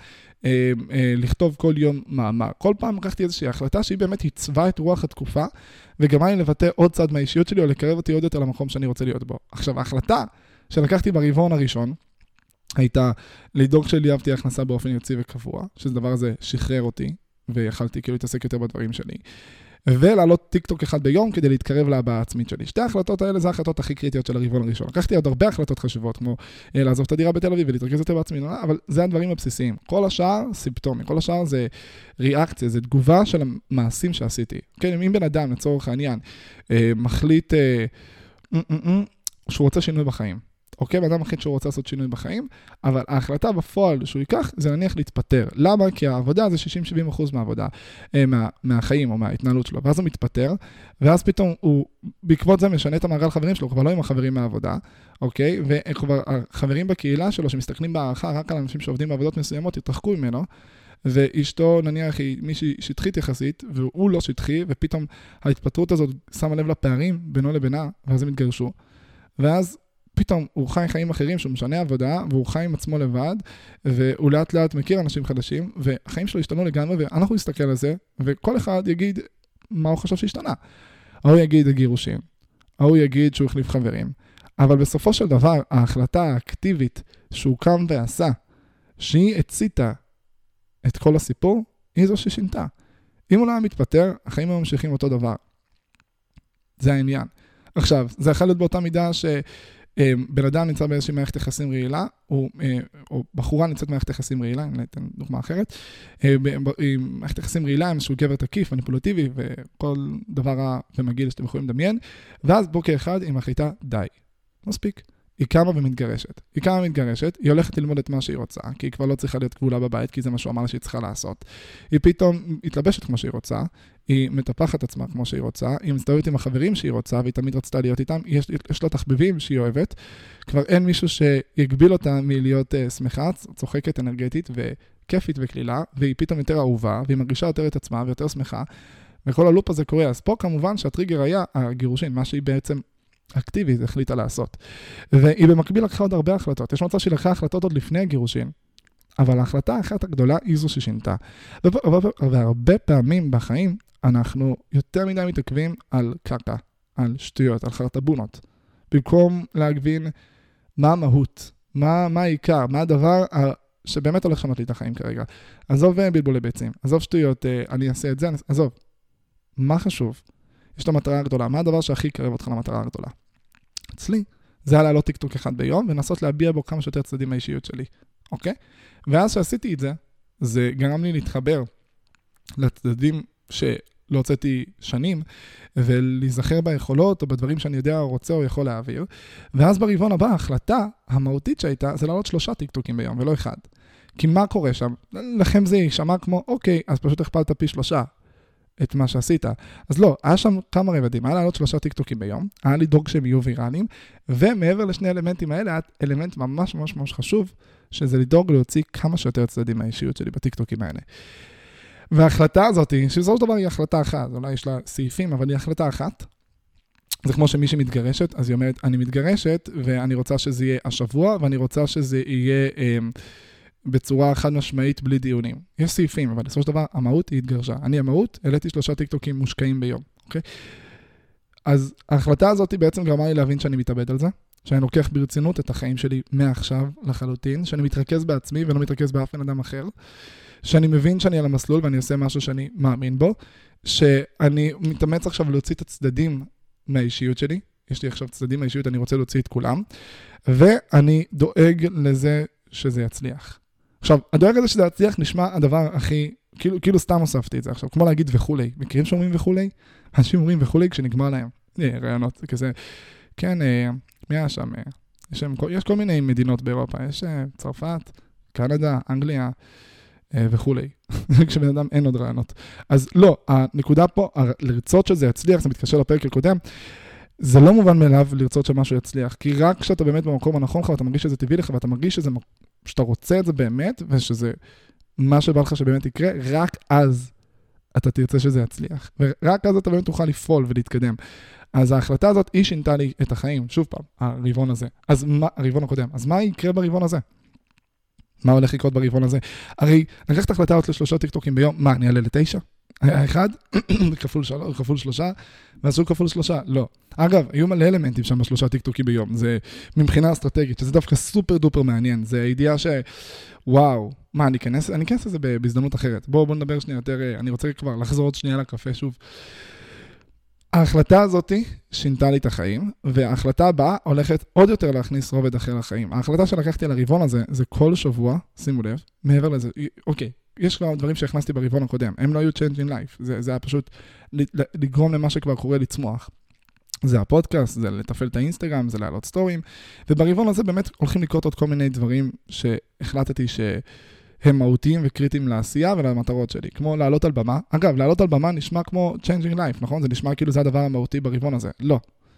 לכתוב כל יום מאמר. כל פעם לקחתי איזושהי החלטה שהיא באמת הצווה את רוח התקופה, וגרמה לי לבטא עוד צד מהאישיות שלי, או לקרב אותי עוד יותר למקום שאני רוצה להיות בו. עכשיו, ההחלטה שלקחתי ברבעון הראשון, הייתה לדאוג שליאב תהיה הכנסה באופן יציב וקבוע, שזה דבר הזה שחרר אותי, ויכלתי כאילו להתעסק יותר בדברים שלי. ולעלות טיקטוק אחד ביום כדי להתקרב להבאה העצמית שלי. שתי ההחלטות האלה זה ההחלטות הכי קריטיות של הרבעון הראשון. לקחתי עוד הרבה החלטות חשובות, כמו לעזוב את הדירה בתל אביב ולהתרכז יותר בעצמי, אבל זה הדברים הבסיסיים. כל השאר סימפטומי, כל השאר זה ריאקציה, זה תגובה של המעשים שעשיתי. כן, אם בן אדם, לצורך העניין, מחליט שהוא רוצה שינוי בחיים. אוקיי, בן אדם מחליט שהוא רוצה לעשות שינוי בחיים, אבל ההחלטה בפועל שהוא ייקח, זה נניח להתפטר. למה? כי העבודה זה 60-70% מהעבודה, מהחיים או מההתנהלות שלו. ואז הוא מתפטר, ואז פתאום הוא, בעקבות זה משנה את המעגל חברים שלו, כבר לא עם החברים מהעבודה, אוקיי? וכבר החברים בקהילה שלו, שמסתכלים בהערכה רק על אנשים שעובדים בעבודות מסוימות, יתרחקו ממנו, ואשתו נניח היא מישהי שטחית יחסית, והוא לא שטחי, ופתאום ההתפטרות הזאת שמה לב לפערים בינו לבינה, ואז הם התגרשו. ואז פתאום הוא חי חיים אחרים שהוא משנה עבודה, והוא חי עם עצמו לבד, והוא לאט לאט מכיר אנשים חדשים, והחיים שלו השתנו לגמרי, ואנחנו נסתכל על זה, וכל אחד יגיד מה הוא חשב שהשתנה. הוא יגיד הגירושים, הוא יגיד שהוא החליף חברים, אבל בסופו של דבר, ההחלטה האקטיבית שהוא קם ועשה, שהיא הציתה את כל הסיפור, היא זו ששינתה. אם הוא לא היה מתפטר, החיים הם ממשיכים אותו דבר. זה העניין. עכשיו, זה יכול להיות באותה מידה בן אדם נמצא באיזושהי מערכת יחסים רעילה, או בחורה נמצאת במערכת יחסים רעילה, אני אתן דוגמה אחרת, מערכת יחסים רעילה, עם איזשהו גבר תקיף, מניפולטיבי, וכל דבר רע ומגעיל שאתם יכולים לדמיין, ואז בוקר אחד היא מחליטה, די, מספיק. היא קמה ומתגרשת. היא הולכת ללמוד את מה שהיא רוצה, כי היא כבר לא צריכה להיות כבולה בבית, כי זה מה שהוא אמר שהיא צריכה לעשות. היא פתאום מתלבשת כמו שהיא רוצה, היא מטפחת עצמה כמו שהיא רוצה, היא מסתובבת עם החברים שהיא רוצה, והיא תמיד רצתה להיות איתם, יש לה תחביבים שהיא אוהבת, כבר אין מישהו שיגביל אותה מלהיות שמחה, צוחקת, אנרגטית וכיפית וכלילה, והיא פתאום יותר אהובה, והיא מרגישה יותר את עצמה ויותר שמחה, וכל הלופ הזה קורה. אז פה כמובן שהטריגר היה הגירושין, מה שהיא בעצם אקטיבית החליטה לעשות. והיא במקביל לקחה עוד הרבה החלטות. יש מצב שהיא לקחה החלטות עוד לפני הגירושין, אבל ההחלטה האחת הגדולה היא זו ששינתה. והרבה פעמים בחיים אנחנו יותר מדי מתעכבים על קקה, על שטויות, על חרטבונות. במקום להגבין מה המהות, מה העיקר, מה הדבר שבאמת הולך לשנות לי את החיים כרגע. עזוב בלבולי ביצים, עזוב שטויות, אני אעשה את זה, עזוב. מה חשוב? יש לו מטרה גדולה. מה הדבר שהכי קרב אותך למטרה הגדולה? אצלי, זה היה לעלות טיקטוק אחד ביום, ונסות להביע בו כמה שיותר צדדים מהאישיות שלי. אוקיי? ואז שעשיתי את זה, זה גרם לי להתחבר לצדדים שלא הוצאתי שנים, ולהיזכר ביכולות או בדברים שאני יודע או רוצה או יכול להעביר. ואז ברבעון הבא, ההחלטה המהותית שהייתה, זה לעלות 3 טיקטוקים ביום, ולא אחד. כי מה קורה שם? לכם זה יישמע כמו, אוקיי, אז פשוט הכפלת פי 3. את מה שעשית. אז לא, היה שם כמה רבדים, היה לעלות 3 טיקטוקים ביום, היה לדאוג שהם יהיו ויראליים, ומעבר לשני אלמנטים האלה, היה אלמנט ממש ממש ממש חשוב, שזה לדאוג להוציא כמה שיותר צדדים מהאישיות שלי בטיקטוקים האלה. וההחלטה הזאת, שבסופו של דבר היא החלטה אחת, אולי יש לה סעיפים, אבל היא החלטה אחת, זה כמו שמישהי מתגרשת, אז היא אומרת, אני מתגרשת, ואני רוצה שזה יהיה השבוע, ואני רוצה שזה יהיה בצורה חד משמעית בלי דיונים. יש סעיפים, אבל בסופו של דבר, המהות היא התגרשה. אני המהות, העליתי 3 טיקטוקים מושקעים ביום, אוקיי? אז ההחלטה הזאת בעצם גרמה לי להבין שאני מתאבד על זה, שאני לוקח ברצינות את החיים שלי מעכשיו לחלוטין, שאני מתרכז בעצמי ולא מתרכז באף בן אדם אחר, שאני מבין שאני על המסלול ואני עושה משהו שאני מאמין בו, שאני מתאמץ עכשיו להוציא את הצדדים מהאישיות שלי, יש לי עכשיו צדדים מהאישיות, אני רוצה להוציא את כולם, ואני דואג לזה שזה יצליח. עכשיו, הדואג הזה שזה יצליח נשמע הדבר הכי, כאילו סתם הוספתי את זה עכשיו, כמו להגיד וכולי. מכירים שאומרים וכולי? אנשים אומרים וכולי כשנגמר להם. רעיונות, זה כזה, כן, מי היה שם? יש כל מיני מדינות באירופה, יש צרפת, קנדה, אנגליה וכולי. כשבן אדם אין עוד רעיונות. אז לא, הנקודה פה, לרצות שזה יצליח, זה מתקשר לפרק הקודם, זה לא מובן מאליו לרצות שמשהו יצליח, כי רק כשאתה באמת במקום הנכון לך, ואתה מרגיש שזה טבעי לך, ואתה מרגיש שאתה רוצה את זה באמת, ושזה מה שבא לך שבאמת יקרה, רק אז אתה תרצה שזה יצליח. ורק אז אתה באמת תוכל לפעול ולהתקדם. אז ההחלטה הזאת היא שינתה לי את החיים, שוב פעם, הרבעון הזה. הרבעון הקודם. אז מה יקרה ברבעון הזה? מה הולך לקרות ברבעון הזה? הרי לקחת החלטה עוד ל3 טיקטוקים ביום, מה, אני אעלה ל9? אחד, כפול 3, ועשו כפול 3, לא. אגב, היו מלא אלמנטים שם ב3 טיקטוקים ביום, זה מבחינה אסטרטגית, שזה דווקא סופר דופר מעניין, זה הידיעה וואו, מה, אני אכנס לזה בהזדמנות אחרת. בואו נדבר שנייה יותר, אני רוצה כבר לחזור עוד שנייה לקפה שוב. ההחלטה הזאת שינתה לי את החיים, וההחלטה הבאה הולכת עוד יותר להכניס רובד אחר לחיים. ההחלטה שלקחתי על הרבעון הזה, זה כל שבוע, שימו לב, מעבר לזה, אוקיי, יש כבר דברים שהכנסתי ברבעון הקודם, הם לא היו change in life, זה היה פשוט לגרום למה שכבר קורה לצמוח. זה הפודקאסט, זה לטפל את האינסטגרם, זה להעלות סטורים, וברבעון הזה באמת הולכים לקרות עוד כל מיני דברים שהחלטתי שהם מהותיים וקריטיים לעשייה ולמטרות שלי, כמו לעלות על במה. אגב, לעלות על במה נשמע כמו changing life, נכון? זה נשמע כאילו זה הדבר המהותי ברבעון הזה. לא.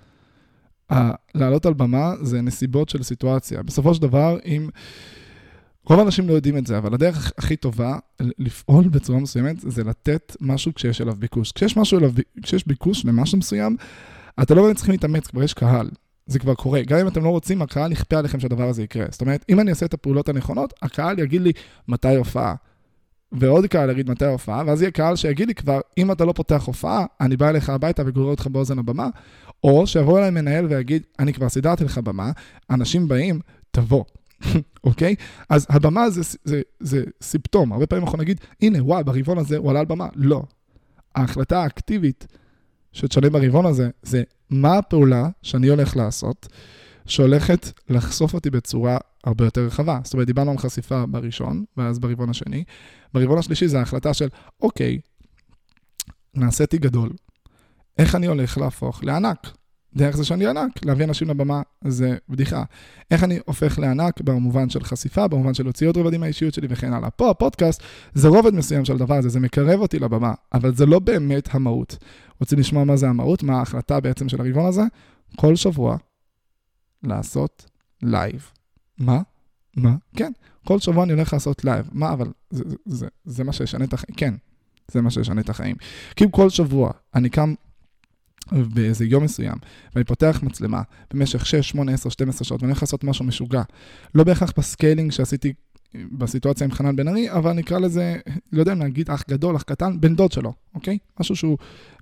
לעלות על במה זה נסיבות של סיטואציה. בסופו של דבר, אם רוב האנשים לא יודעים את זה, אבל הדרך הכי טובה לפעול בצורה מסוימת זה לתת משהו כשיש אליו ביקוש. כשיש ביקוש למשהו מסוים, אתה לא באמת צריכים להתאמץ, כבר יש קהל. זה כבר קורה. גם אם אתם לא רוצים, הקהל יכפה עליכם שהדבר הזה יקרה. זאת אומרת, אם אני אעשה את הפעולות הנכונות, הקהל יגיד לי מתי הופעה. ועוד קהל יגיד מתי הופעה, ואז יהיה קהל שיגיד לי כבר, אם אתה לא פותח הופעה, אני בא אליך הביתה וגורר אותך באוזן הבמה, או שיבוא אליי מנהל ויגיד, אני כבר סידרתי לך במה, אנשים באים, תבוא. אוקיי? אז הבמה זה סימפטום. הרבה פעמים אנחנו נגיד, הנה, וואי, ברבעון הזה הוא עלה על במה. לא. ההחלטה האקטיבית שתשלם ברבעון הזה, זה מה הפעולה שאני הולך לעשות, שהולכת לחשוף אותי בצורה הרבה יותר רחבה. זאת אומרת, דיברנו על חשיפה בראשון, ואז ברבעון השני. ברבעון השלישי זה ההחלטה של, אוקיי, נעשיתי גדול. איך אני הולך להפוך לענק? דרך זה שאני ענק, להביא אנשים לבמה זה בדיחה. איך אני הופך לענק במובן של חשיפה, במובן של להוציא עוד רבדים מהאישיות שלי וכן הלאה. פה הפודקאסט זה רובד מסוים של דבר הזה, זה מקרב אותי לבמה, אבל זה לא באמת המהות. רוצים לשמוע מה זה המהות, מה ההחלטה בעצם של הרבעון הזה? כל שבוע לעשות לייב. מה? כן. כל שבוע אני הולך לעשות לייב. מה? אבל זה מה שישנה את החיים. כן. זה מה שישנה את החיים. כי כל שבוע אני קם באיזה יום מסוים, ואני פותח מצלמה במשך 6, 8, 10, 12 שעות, ואני הולך לעשות משהו משוגע. לא בהכרח בסקיילינג שעשיתי בסיטואציה עם חנן בן ארי, אבל נקרא לזה, לא יודע אם להגיד אח גדול, אח קטן, בן דוד שלו, אוקיי? משהו שהוא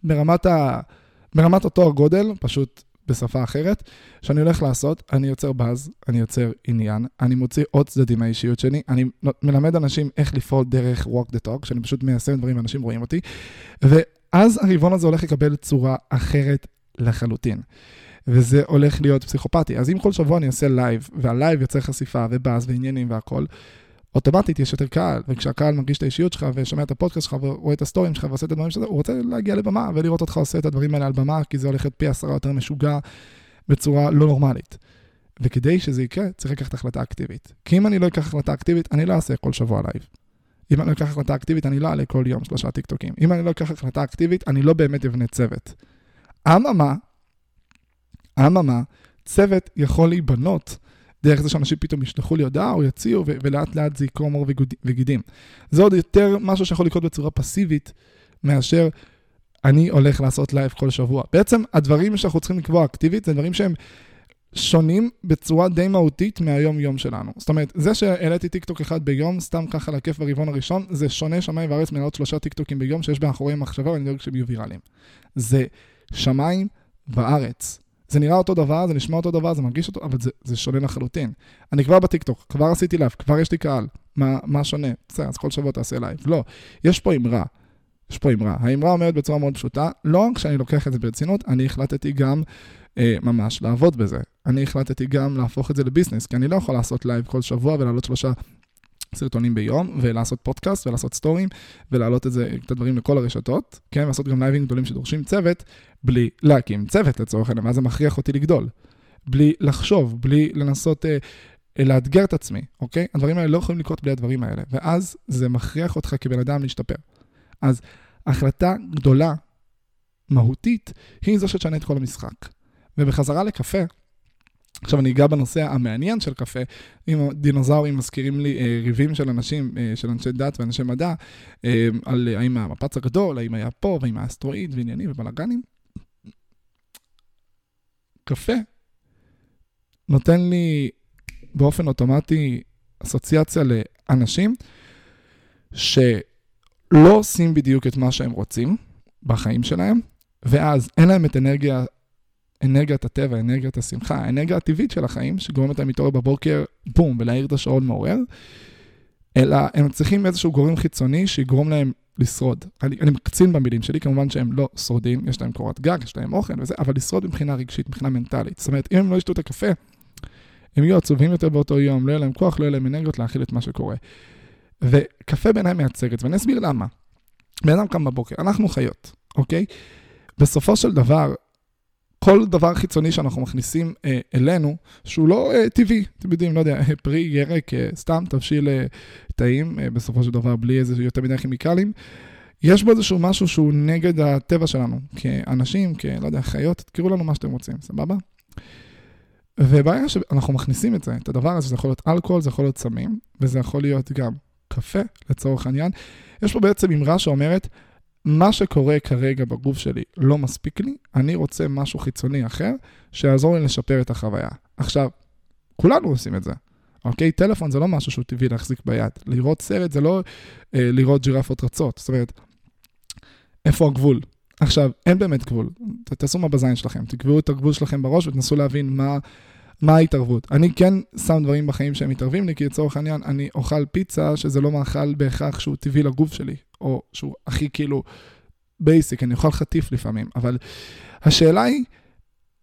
ברמת אותו הגודל, פשוט בשפה אחרת, שאני הולך לעשות, אני יוצר באז, אני יוצר עניין, אני מוציא עוד צדדים מהאישיות שלי, אני מלמד אנשים איך לפעול דרך walk the talk, שאני פשוט מיישם דברים ואנשים רואים אותי, ואז הרבעון הזה הולך לקבל צורה אחרת לחלוטין. וזה הולך להיות פסיכופתי. אז אם כל שבוע אני אעשה לייב, והלייב יוצר חשיפה ובאז ועניינים והכל, אוטומטית יש יותר קהל, וכשהקהל מרגיש את האישיות שלך ושומע את הפודקאסט שלך ורואה את הסטורים שלך ועושה את הדברים שלך, הוא רוצה להגיע לבמה ולראות אותך עושה את הדברים האלה על במה, כי זה הולך להיות פי 10 יותר משוגע בצורה לא נורמלית. וכדי שזה יקרה, צריך לקחת החלטה אקטיבית. כי אם אני לא אקח החלטה אקטיבית, אני לא אעשה כל שבוע לייב. אם אני לא אקח החלטה אקטיבית, אני לא אעלה כל יום 3 טיקטוקים. אם אני לא אקח החלטה אקטיבית, אני לא באמת אבנה צוות. אממה, צוות יכול להיבנות דרך זה שאנשים פתאום ישלחו לי הודעה או יציעו ולאט לאט זה יקרום עור וגידים. זה עוד יותר משהו שיכול לקרות בצורה פסיבית מאשר אני הולך לעשות לייב כל שבוע. בעצם הדברים שאנחנו צריכים לקבוע אקטיבית זה דברים שהם שונים בצורה די מהותית מהיום יום שלנו. זאת אומרת, זה שהעליתי טיקטוק אחד ביום, סתם ככה לכיף ברבעון הראשון, זה שונה שמיים וארץ מלהעלות 3 טיקטוקים ביום שיש מאחורי מחשבה ואני דואג שהם יהיו ויראליים. זה שמיים וארץ. זה נראה אותו דבר, זה נשמע אותו דבר, זה מרגיש אותו, אבל זה שונה לחלוטין. אני כבר בטיקטוק, כבר עשיתי לייב, כבר יש לי קהל. מה שונה? בסדר, אז כל שבוע תעשה לייב. לא, יש פה אמרה. האמרה אומרת בצורה מאוד פשוטה, לא רק שאני לוקח את זה ברצינות, אני החלטתי גם ממש לעבוד בזה. אני החלטתי גם להפוך את זה לביזנס, כי אני לא יכול לעשות לייב כל שבוע ולעלות 3 סרטונים ביום, ולעשות פודקאסט, ולעשות סטורים, ולעלות את הדברים לכל הרשתות, כן, לעשות גם לייבים גדולים שדורשים צוות, בלי להקים צוות לצורך העניין, ואז זה מכריח אותי לגדול. בלי לחשוב, בלי לנסות לאתגר את עצמי, אוקיי? הדברים האלה לא יכולים לקרות בלי הדברים האלה, ואז זה מכריח אותך כבן אדם להשתפר. אז החלטה גדולה, מהותית, היא זו שתשנה את כל המשחק. ובחזרה לקפה, עכשיו אני אגע בנושא המעניין של קפה, אם דינוזאורים מזכירים לי ריבים של אנשים, של אנשי דת ואנשי מדע, על האם המפץ הגדול, האם היה פה, והאם האסטרואיד ועניינים ובלגנים. קפה נותן לי באופן אוטומטי אסוציאציה לאנשים שלא עושים בדיוק את מה שהם רוצים בחיים שלהם, ואז אין להם את אנרגיית הטבע, אנרגיית השמחה, האנרגיה הטבעית של החיים, שגורמת להם להתעורר בבוקר, בום, ולהעיר את השעון מעורר, אלא הם צריכים איזשהו גורם חיצוני שיגרום להם לשרוד. אני מקצין במילים שלי, כמובן שהם לא שורדים, יש להם קורת גג, יש להם אוכל וזה, אבל לשרוד מבחינה רגשית, מבחינה מנטלית. זאת אומרת, אם הם לא ישתו את הקפה, הם יהיו עצובים יותר באותו יום, לא יהיה להם כוח, לא יהיה להם אנרגיות להכיל את מה שקורה. וקפה בעיניי מייצג את זה, ואני אסביר למה. בן אדם קם בבוקר, אנחנו חיות, אוקיי? בסופו של דבר, כל דבר חיצוני שאנחנו מכניסים אלינו, שהוא לא טבעי, אתם יודעים, לא יודע, פרי, ירק, סתם, תבשיל טעים, בסופו של דבר בלי איזה יותר מדי כימיקלים, יש בו איזשהו משהו שהוא נגד הטבע שלנו, כאנשים, לא יודע, חיות, תקראו לנו מה שאתם רוצים, סבבה? ובעיה שאנחנו מכניסים את זה, את הדבר הזה, זה יכול להיות אלכוהול, זה יכול להיות סמים, וזה יכול להיות גם קפה, לצורך העניין. יש פה בעצם אמרה שאומרת, מה שקורה כרגע בגוף שלי לא מספיק לי, אני רוצה משהו חיצוני אחר, שיעזור לי לשפר את החוויה. עכשיו, כולנו עושים את זה, אוקיי? טלפון זה לא משהו שהוא טבעי להחזיק ביד. לראות סרט זה לא לראות ג'ירפות רצות. זאת אומרת, איפה הגבול? עכשיו, אין באמת גבול. תעשו מה בזין שלכם, תקבעו את הגבול שלכם בראש ותנסו להבין מה ההתערבות. אני כן שם דברים בחיים שהם מתערבים לי, כי לצורך העניין אני אוכל פיצה שזה לא מאכל בהכרח שהוא טבעי לגוף שלי, או שהוא הכי כאילו בייסיק, אני אוכל חטיף לפעמים, אבל השאלה היא,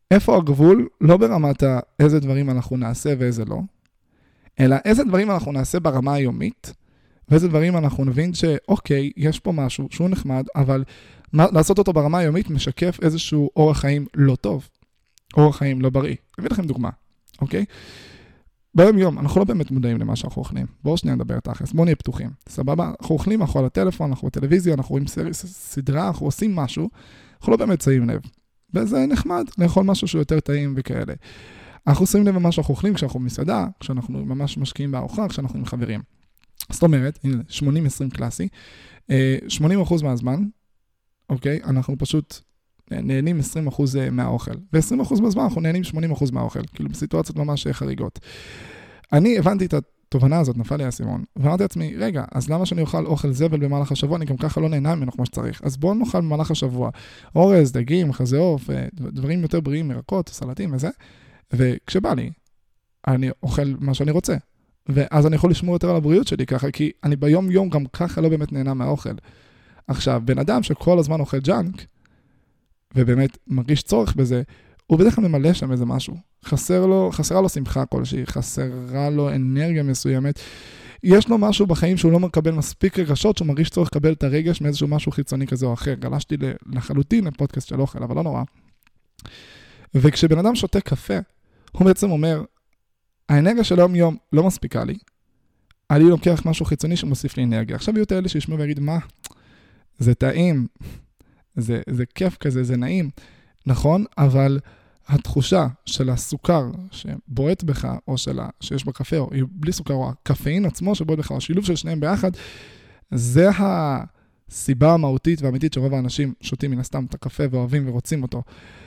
איפה הגבול? לא ברמת איזה דברים אנחנו נעשה ואיזה לא, אלא איזה דברים אנחנו נעשה ברמה היומית, ואיזה דברים אנחנו נבין שאוקיי, יש פה משהו שהוא נחמד, אבל לעשות אותו ברמה היומית משקף איזשהו אורח חיים לא טוב, אורח חיים לא בריא. אני אביא לכם דוגמה, אוקיי? ביום יום, אנחנו לא באמת מודעים למה שאנחנו אוכלים. בואו שנייה נדבר תכלס, בואו נהיה פתוחים. סבבה? אנחנו אוכלים, אנחנו על הטלפון, אנחנו בטלוויזיה, אנחנו רואים סדרה, אנחנו עושים משהו, אנחנו לא באמת שמים לב. וזה נחמד, לאכול משהו שהוא יותר טעים וכאלה. אנחנו שמים לב למה שאנחנו אוכלים כשאנחנו במסעדה, כשאנחנו ממש משקיעים בארוחה, כשאנחנו עם חברים. זאת אומרת, הנה, 80-20 קלאסי, 80% מהזמן, אוקיי, אנחנו פשוט נהנים 20% מהאוכל, ו-20% מהזמן אנחנו נהנים 80% מהאוכל, כאילו בסיטואציות ממש חריגות. אני הבנתי את התובנה הזאת, נפל לי האסימון, ואמרתי לעצמי, רגע, אז למה שאני אוכל אוכל זבל במהלך השבוע? אני גם ככה לא נהנה ממנו כמו שצריך, אז בואו נאכל במהלך השבוע, אורז, דגים, חזה עוף, דברים יותר בריאים, מרקות, סלטים וזה, וכשבא לי, אני אוכל מה שאני רוצה. ואז אני יכול לשמור יותר על הבריאות שלי ככה, כי אני ביום יום גם ככה לא באמת נהנה מהאוכל. עכשיו, בן אדם שכל הזמן אוכל ג'אנק, ובאמת מרגיש צורך בזה, הוא בדרך כלל ממלא שם איזה משהו. חסרה לו שמחה כלשהי, חסרה לו אנרגיה מסוימת. יש לו משהו בחיים שהוא לא מקבל מספיק רגשות, שהוא מרגיש צורך לקבל את הרגש מאיזשהו משהו חיצוני כזה או אחר. גלשתי לחלוטין לפודקאסט של אוכל, אבל לא נורא. וכשבן אדם שותה קפה, הוא בעצם אומר, האנרגיה של היום יום לא מספיקה לי, אני לוקח משהו חיצוני שמוסיף לי אנרגיה. עכשיו יהיו אלה שישמעו ויגיד, מה? זה טעים, זה כיף כזה, זה נעים, נכון? אבל התחושה של הסוכר שבועט בך, או שיש בקפה, או בלי סוכר, או הקפאין עצמו שבועט בך, או השילוב של שניהם ביחד, זה הסיבה המהותית והאמיתית שרוב האנשים שותים מן הסתם את הקפה ואוהבים ורוצים אותו.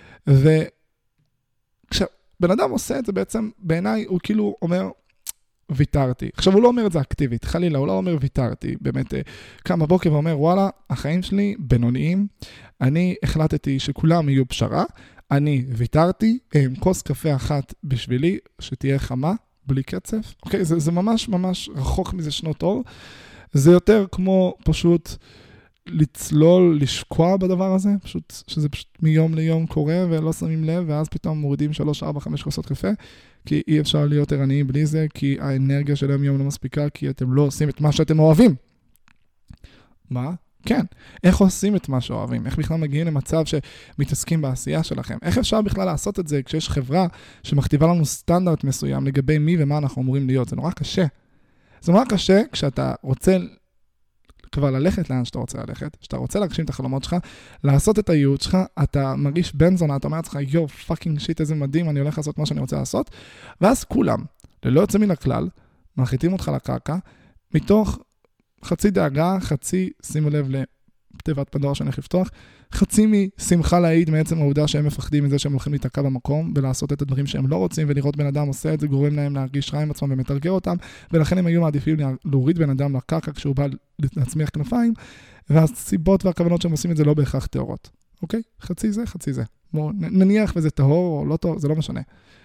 בן אדם עושה את זה בעצם, בעיניי הוא כאילו אומר, ויתרתי. עכשיו הוא לא אומר את זה אקטיבית, חלילה, הוא לא אומר ויתרתי, באמת קם בבוקר ואומר, וואלה, החיים שלי בינוניים, אני החלטתי שכולם יהיו פשרה, אני ויתרתי, כוס קפה אחת בשבילי, שתהיה חמה, בלי קצף, אוקיי, זה ממש ממש רחוק מזה שנות אור, זה יותר כמו פשוט לצלול, לשקוע בדבר הזה, שזה פשוט מיום ליום קורה ולא שמים לב, ואז פתאום מורידים 3, 4, 5 כוסות קפה, כי אי אפשר להיות ערניים בלי זה, כי האנרגיה של היום יום לא מספיקה, כי אתם לא עושים את מה שאתם אוהבים. מה? כן. איך עושים את מה שאוהבים? איך בכלל מגיעים למצב שמתעסקים בעשייה שלכם? איך אפשר בכלל לעשות את זה כשיש חברה שמכתיבה לנו סטנדרט מסוים לגבי מי ומה אנחנו אמורים להיות? זה נורא קשה. זה נורא קשה כשאתה רוצה כבר ללכת לאן שאתה רוצה ללכת, שאתה רוצה להגשים את החלומות שלך, לעשות את הייעוד שלך, אתה מרגיש בן זונה, אתה אומר לעצמך, יו, פאקינג שיט, איזה מדהים, אני הולך לעשות מה שאני רוצה לעשות, ואז כולם, ללא יוצא מן הכלל, מנחיתים אותך לקרקע, מתוך חצי דאגה, חצי, שימו לב לתיבת פנדורה שאני הולך לפתוח, חצי משמחה להעיד מעצם העובדה שהם מפחדים מזה שהם הולכים להתעקע במקום, ולעשות את הדברים שהם לא רוצים, ולראות בן אדם עושה את זה, גורם להם להרגיש רע עם עצמם ומתרגר אותם, ולכן הם היו מעדיפים להוריד בן אדם לקרקע כשהוא בא להצמיח כנפיים, והסיבות והכוונות שהם עושים את זה לא בהכרח טהורות. אוקיי? חצי זה, חצי זה. נניח וזה טהור או לא טהור, זה לא משנה.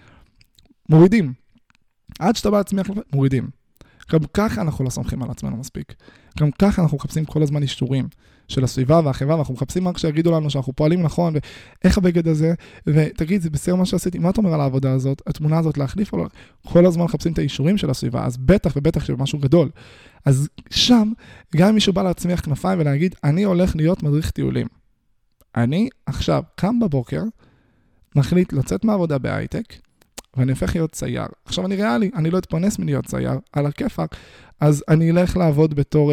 מורידים. עד שאתה בא להצמיח, מורידים. גם ככה אנחנו לא סומכים על עצמנו מספיק. גם ככה אנחנו מחפשים כל הזמן אישורים של הסביבה והחברה, ואנחנו מחפשים רק שיגידו לנו שאנחנו פועלים נכון, ואיך הבגד הזה, ותגיד, זה בסדר מה שעשיתי, מה אתה אומר על העבודה הזאת, התמונה הזאת להחליף, או לא? כל הזמן מחפשים את האישורים של הסביבה, אז בטח ובטח שבמשהו גדול. אז שם, גם אם מישהו בא להצמיח כנפיים ולהגיד, אני הולך להיות מדריך טיולים. אני עכשיו קם בבוקר, מחליט לצאת מהעבודה בהייטק, ואני הופך להיות צייר. עכשיו אני ריאלי, אני לא אתפרנס מלהיות צייר, על הכיפק, אז אני אלך לעבוד בתור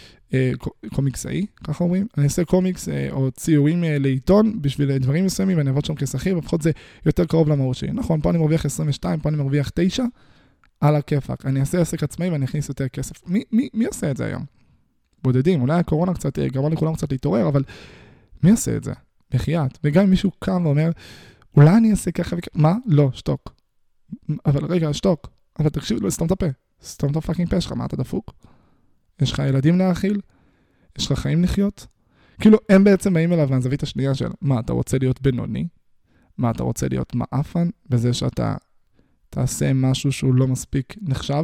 קומיקסאי, ככה אומרים, אני אעשה קומיקס או ציורים לעיתון בשביל דברים מסוימים, ואני אעבוד שם כשכיר, לפחות זה יותר קרוב למהות שלי. נכון, פה אני מרוויח 22, פה אני מרוויח 9, על הכיפק. אני אעשה עסק עצמאי ואני אכניס יותר כסף. מי עושה את זה היום? בודדים, אולי הקורונה קצת, גרמה לכולם קצת להתעורר, אבל מי עושה את זה? בחייאת. וגם אם מישהו קם ואומר, אולי אני אעשה ככה וככה, מה? לא, שתוק. אבל רגע, שתוק. אבל תקשיב, לא, סתום את הפה. סתום את הפאקינג פה שלך, מה אתה דפוק? יש לך ילדים להאכיל? יש לך חיים לחיות? כאילו, הם בעצם באים אליו מהזווית השנייה של, מה, אתה רוצה להיות בינוני? מה, אתה רוצה להיות מאפן? בזה שאתה תעשה משהו שהוא לא מספיק נחשב?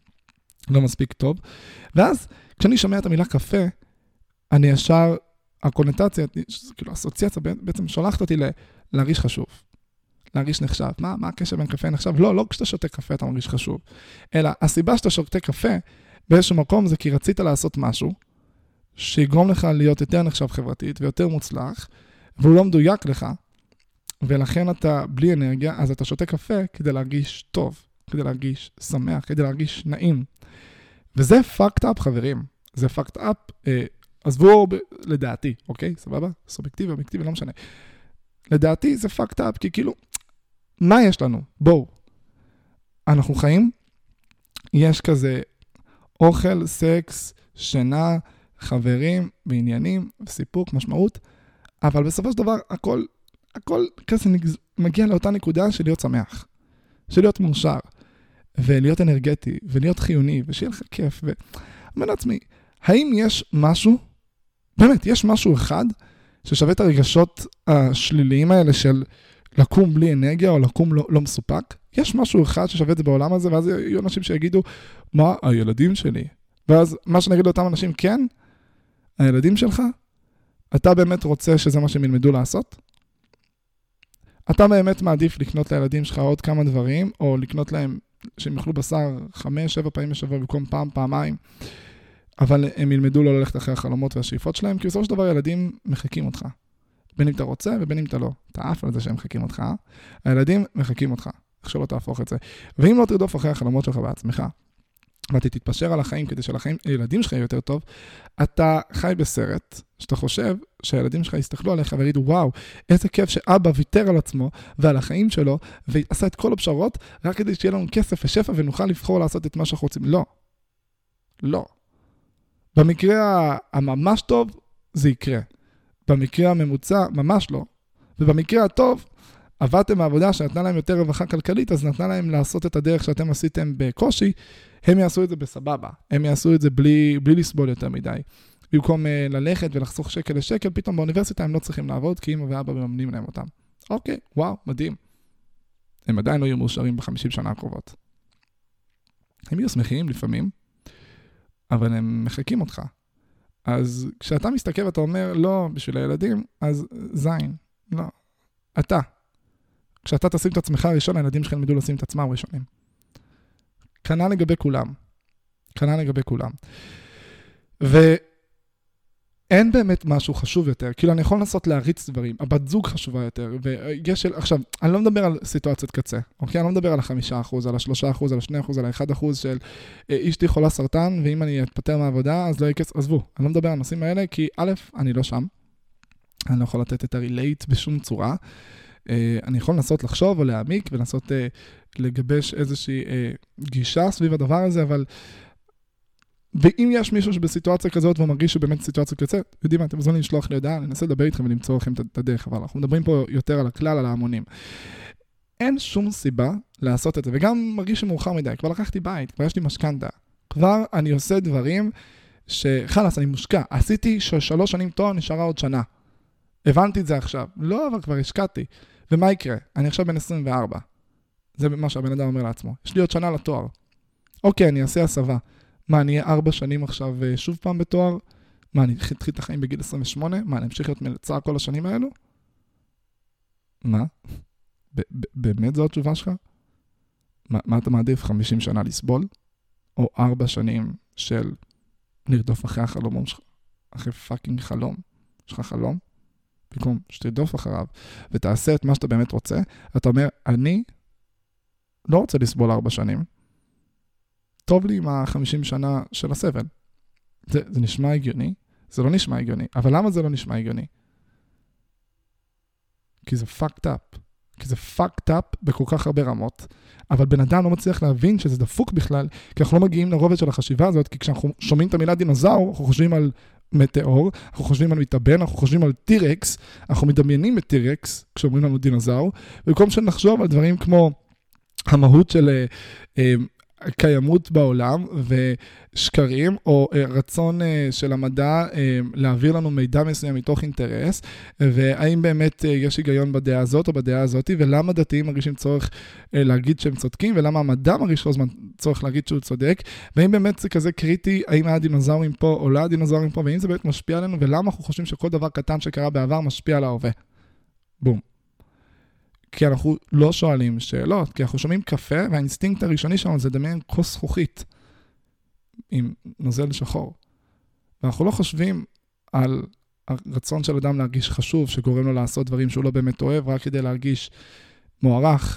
לא מספיק טוב? ואז, כשאני שומע את המילה קפה, אני ישר, הקונוטציה, כאילו, האסוציאציה בעצם שולחת אותי להרגיש חשוב. להרגיש נחשב. מה הקשר בין קפה נחשב? לא כשאתה שותה קפה אתה מרגיש חשוב. אלא הסיבה שאתה שותה קפה באיזשהו מקום זה כי רצית לעשות משהו שיגרום לך להיות יותר נחשב חברתית ויותר מוצלח, והוא לא מדויק לך, ולכן אתה בלי אנרגיה, אז אתה שותה קפה כדי להרגיש טוב, כדי להרגיש שמח, כדי להרגיש נעים. וזה fucked up, חברים. זה fucked up, עזבו לדעתי, אוקיי? סבבה? סובייקטיבי, אובייקטיבי, לא משנה. לדעתי זה fucked up, כי כאילו, מה יש לנו? בואו. אנחנו חיים, יש כזה אוכל, סקס, שינה, חברים, בעניינים, סיפוק, משמעות, אבל בסופו של דבר, הכל כזה מגיע לאותה נקודה של להיות שמח, של להיות מאושר, ולהיות אנרגטי, ולהיות חיוני, ושיהיה לך כיף, ואומר לעצמי, האם יש משהו, באמת, יש משהו אחד, ששווה את הרגשות השליליים האלה של לקום בלי אנרגיה, או לקום לא מסופק? יש משהו אחד ששווה את זה בעולם הזה, ואז יהיו אנשים שיגידו, מה הילדים שלי? ואז מה שנגיד לאותם אנשים, כן, הילדים שלך, אתה באמת רוצה שזה מה שהם ילמדו לעשות? אתה באמת מעדיף לקנות לילדים שלך עוד כמה דברים, או לקנות להם שהם יאכלו בשר 5-7 פעמים בשבוע במקום פעמיים, אבל הם ילמדו לא ללכת אחרי החלומות והשאיפות שלהם, כי בסופו של דבר ילדים מחכים אותך. בין אם אתה רוצה ובין אם אתה לא. אתה עף על זה שהם מחכים אותך. הילדים מחכים אותך. איך שלא תהפוך את זה. ואם לא תרדוף אחרי החלומות שלך בעצמך, ואתה תתפשר על החיים כדי שלילדים שלך יהיה יותר טוב, אתה חי בסרט שאתה חושב שהילדים שלך יסתכלו עליך ויגידו, וואו, איזה כיף שאבא ויתר על עצמו ועל החיים שלו, ועשה את כל הפשרות, רק כדי שיהיה לנו כסף ושפע ונוכל לבחור לעשות את מה שאנחנו רוצים. לא. לא. במקרה הממש טוב, זה יקרה. במקרה הממוצע, ממש לא. ובמקרה הטוב, עבדתם העבודה שנתנה להם יותר רווחה כלכלית, אז נתנה להם לעשות את הדרך שאתם עשיתם בקושי, הם יעשו את זה בסבבה. הם יעשו את זה בלי לסבול יותר מדי. במקום ללכת ולחסוך שקל לשקל, פתאום באוניברסיטה הם לא צריכים לעבוד, כי אמא ואבא מממנים להם אותם. אוקיי, וואו, מדהים. הם עדיין לא יהיו מאושרים ב50 שנה הקרובות. הם יהיו שמחים לפעמים, אבל הם מחכים אותך. אז כשאתה מסתכל ואתה אומר, לא, בשביל הילדים, אז זין. לא. אתה. כשאתה תשים את עצמך ראשון, הילדים שלך ילמדו לשים את עצמם ראשונים. כנ"ל לגבי כולם. כנ"ל לגבי כולם. ואין באמת משהו חשוב יותר. כאילו, אני יכול לנסות להריץ דברים. הבת זוג חשובה יותר. עכשיו, אני לא מדבר על סיטואציות קצה. אוקיי? אני לא מדבר על 5%, על 3%, על 2%, על 1% של אשתי חולה סרטן, ואם אני אתפטר מהעבודה, אז לא יהיה כסף. עזבו. אני לא מדבר על הנושאים האלה, כי א', אני לא שם. אני לא יכול לתת את הרילייט בשום צורה. אני יכול לנסות לחשוב או להעמיק ולנסות לגבש איזושהי גישה סביב הדבר הזה, אבל ואם יש מישהו שבסיטואציה כזאת והוא מרגיש שבאמת סיטואציה קצה, יודעים מה, אתם מוזמנים לשלוח לי הודעה, אני אנסה לדבר איתכם ולמצוא לכם את הדרך, אבל אנחנו מדברים פה יותר על הכלל, על ההמונים. אין שום סיבה לעשות את זה, וגם מרגיש שמאוחר מדי, כבר לקחתי בית, כבר יש לי משכנתה, כבר אני עושה דברים שחלס, אני מושקע, עשיתי 3 שנים תואר, נשארה עוד שנה. הבנתי את זה עכשיו. לא, אבל כבר השקעתי. ומה יקרה? אני עכשיו בן 24. זה מה שהבן אדם אומר לעצמו. יש לי עוד שנה לתואר. אוקיי, אני אעשה הסבה. מה, אני אהיה 4 שנים עכשיו שוב פעם בתואר? מה, אני אתחיל את החיים בגיל 28? מה, אני אמשיך להיות מלצר כל השנים האלו? מה? באמת זו התשובה שלך? מה אתה מעדיף? 50 שנה לסבול? או 4 שנים של לרדוף אחרי החלומות שלך? אחרי פאקינג חלום? יש לך חלום? במקום שתרדוף אחריו, ותעשה את מה שאתה באמת רוצה, אתה אומר, אני לא רוצה לסבול 4 שנים. טוב לי עם 50 שנה של הסבל. זה נשמע הגיוני? זה לא נשמע הגיוני. אבל למה זה לא נשמע הגיוני? כי זה fucked up. כי זה fucked up בכל כך הרבה רמות. אבל בן אדם לא מצליח להבין שזה דפוק בכלל, כי אנחנו לא מגיעים לרובד של החשיבה הזאת, כי כשאנחנו שומעים את המילה דינוזאור, אנחנו חושבים על מטאור, אנחנו חושבים על מתאבן, אנחנו חושבים על טירקס, אנחנו מדמיינים את טירקס כשאומרים לנו דינוזאור, במקום שנחשוב על דברים כמו המהות של קיימות בעולם ושקרים, או רצון של המדע להעביר לנו מידע מסוים מתוך אינטרס, והאם באמת יש היגיון בדעה הזאת או בדעה הזאת, ולמה דתיים מרגישים צורך להגיד שהם צודקים, ולמה המדע מרגיש לו זמן צורך להגיד שהוא צודק, והאם באמת זה כזה קריטי, האם היה דינוזאורים פה או לא היה דינוזאורים פה, והאם זה באמת משפיע עלינו, ולמה אנחנו חושבים שכל דבר קטן שקרה בעבר משפיע על ההווה. בום. כי אנחנו לא שואלים שאלות, כי אנחנו שומעים קפה, והאינסטינקט הראשוני שלנו זה לדמיין כוס זכוכית עם נוזל שחור. ואנחנו לא חושבים על הרצון של אדם להרגיש חשוב, שגורם לו לעשות דברים שהוא לא באמת אוהב, רק כדי להרגיש מוערך,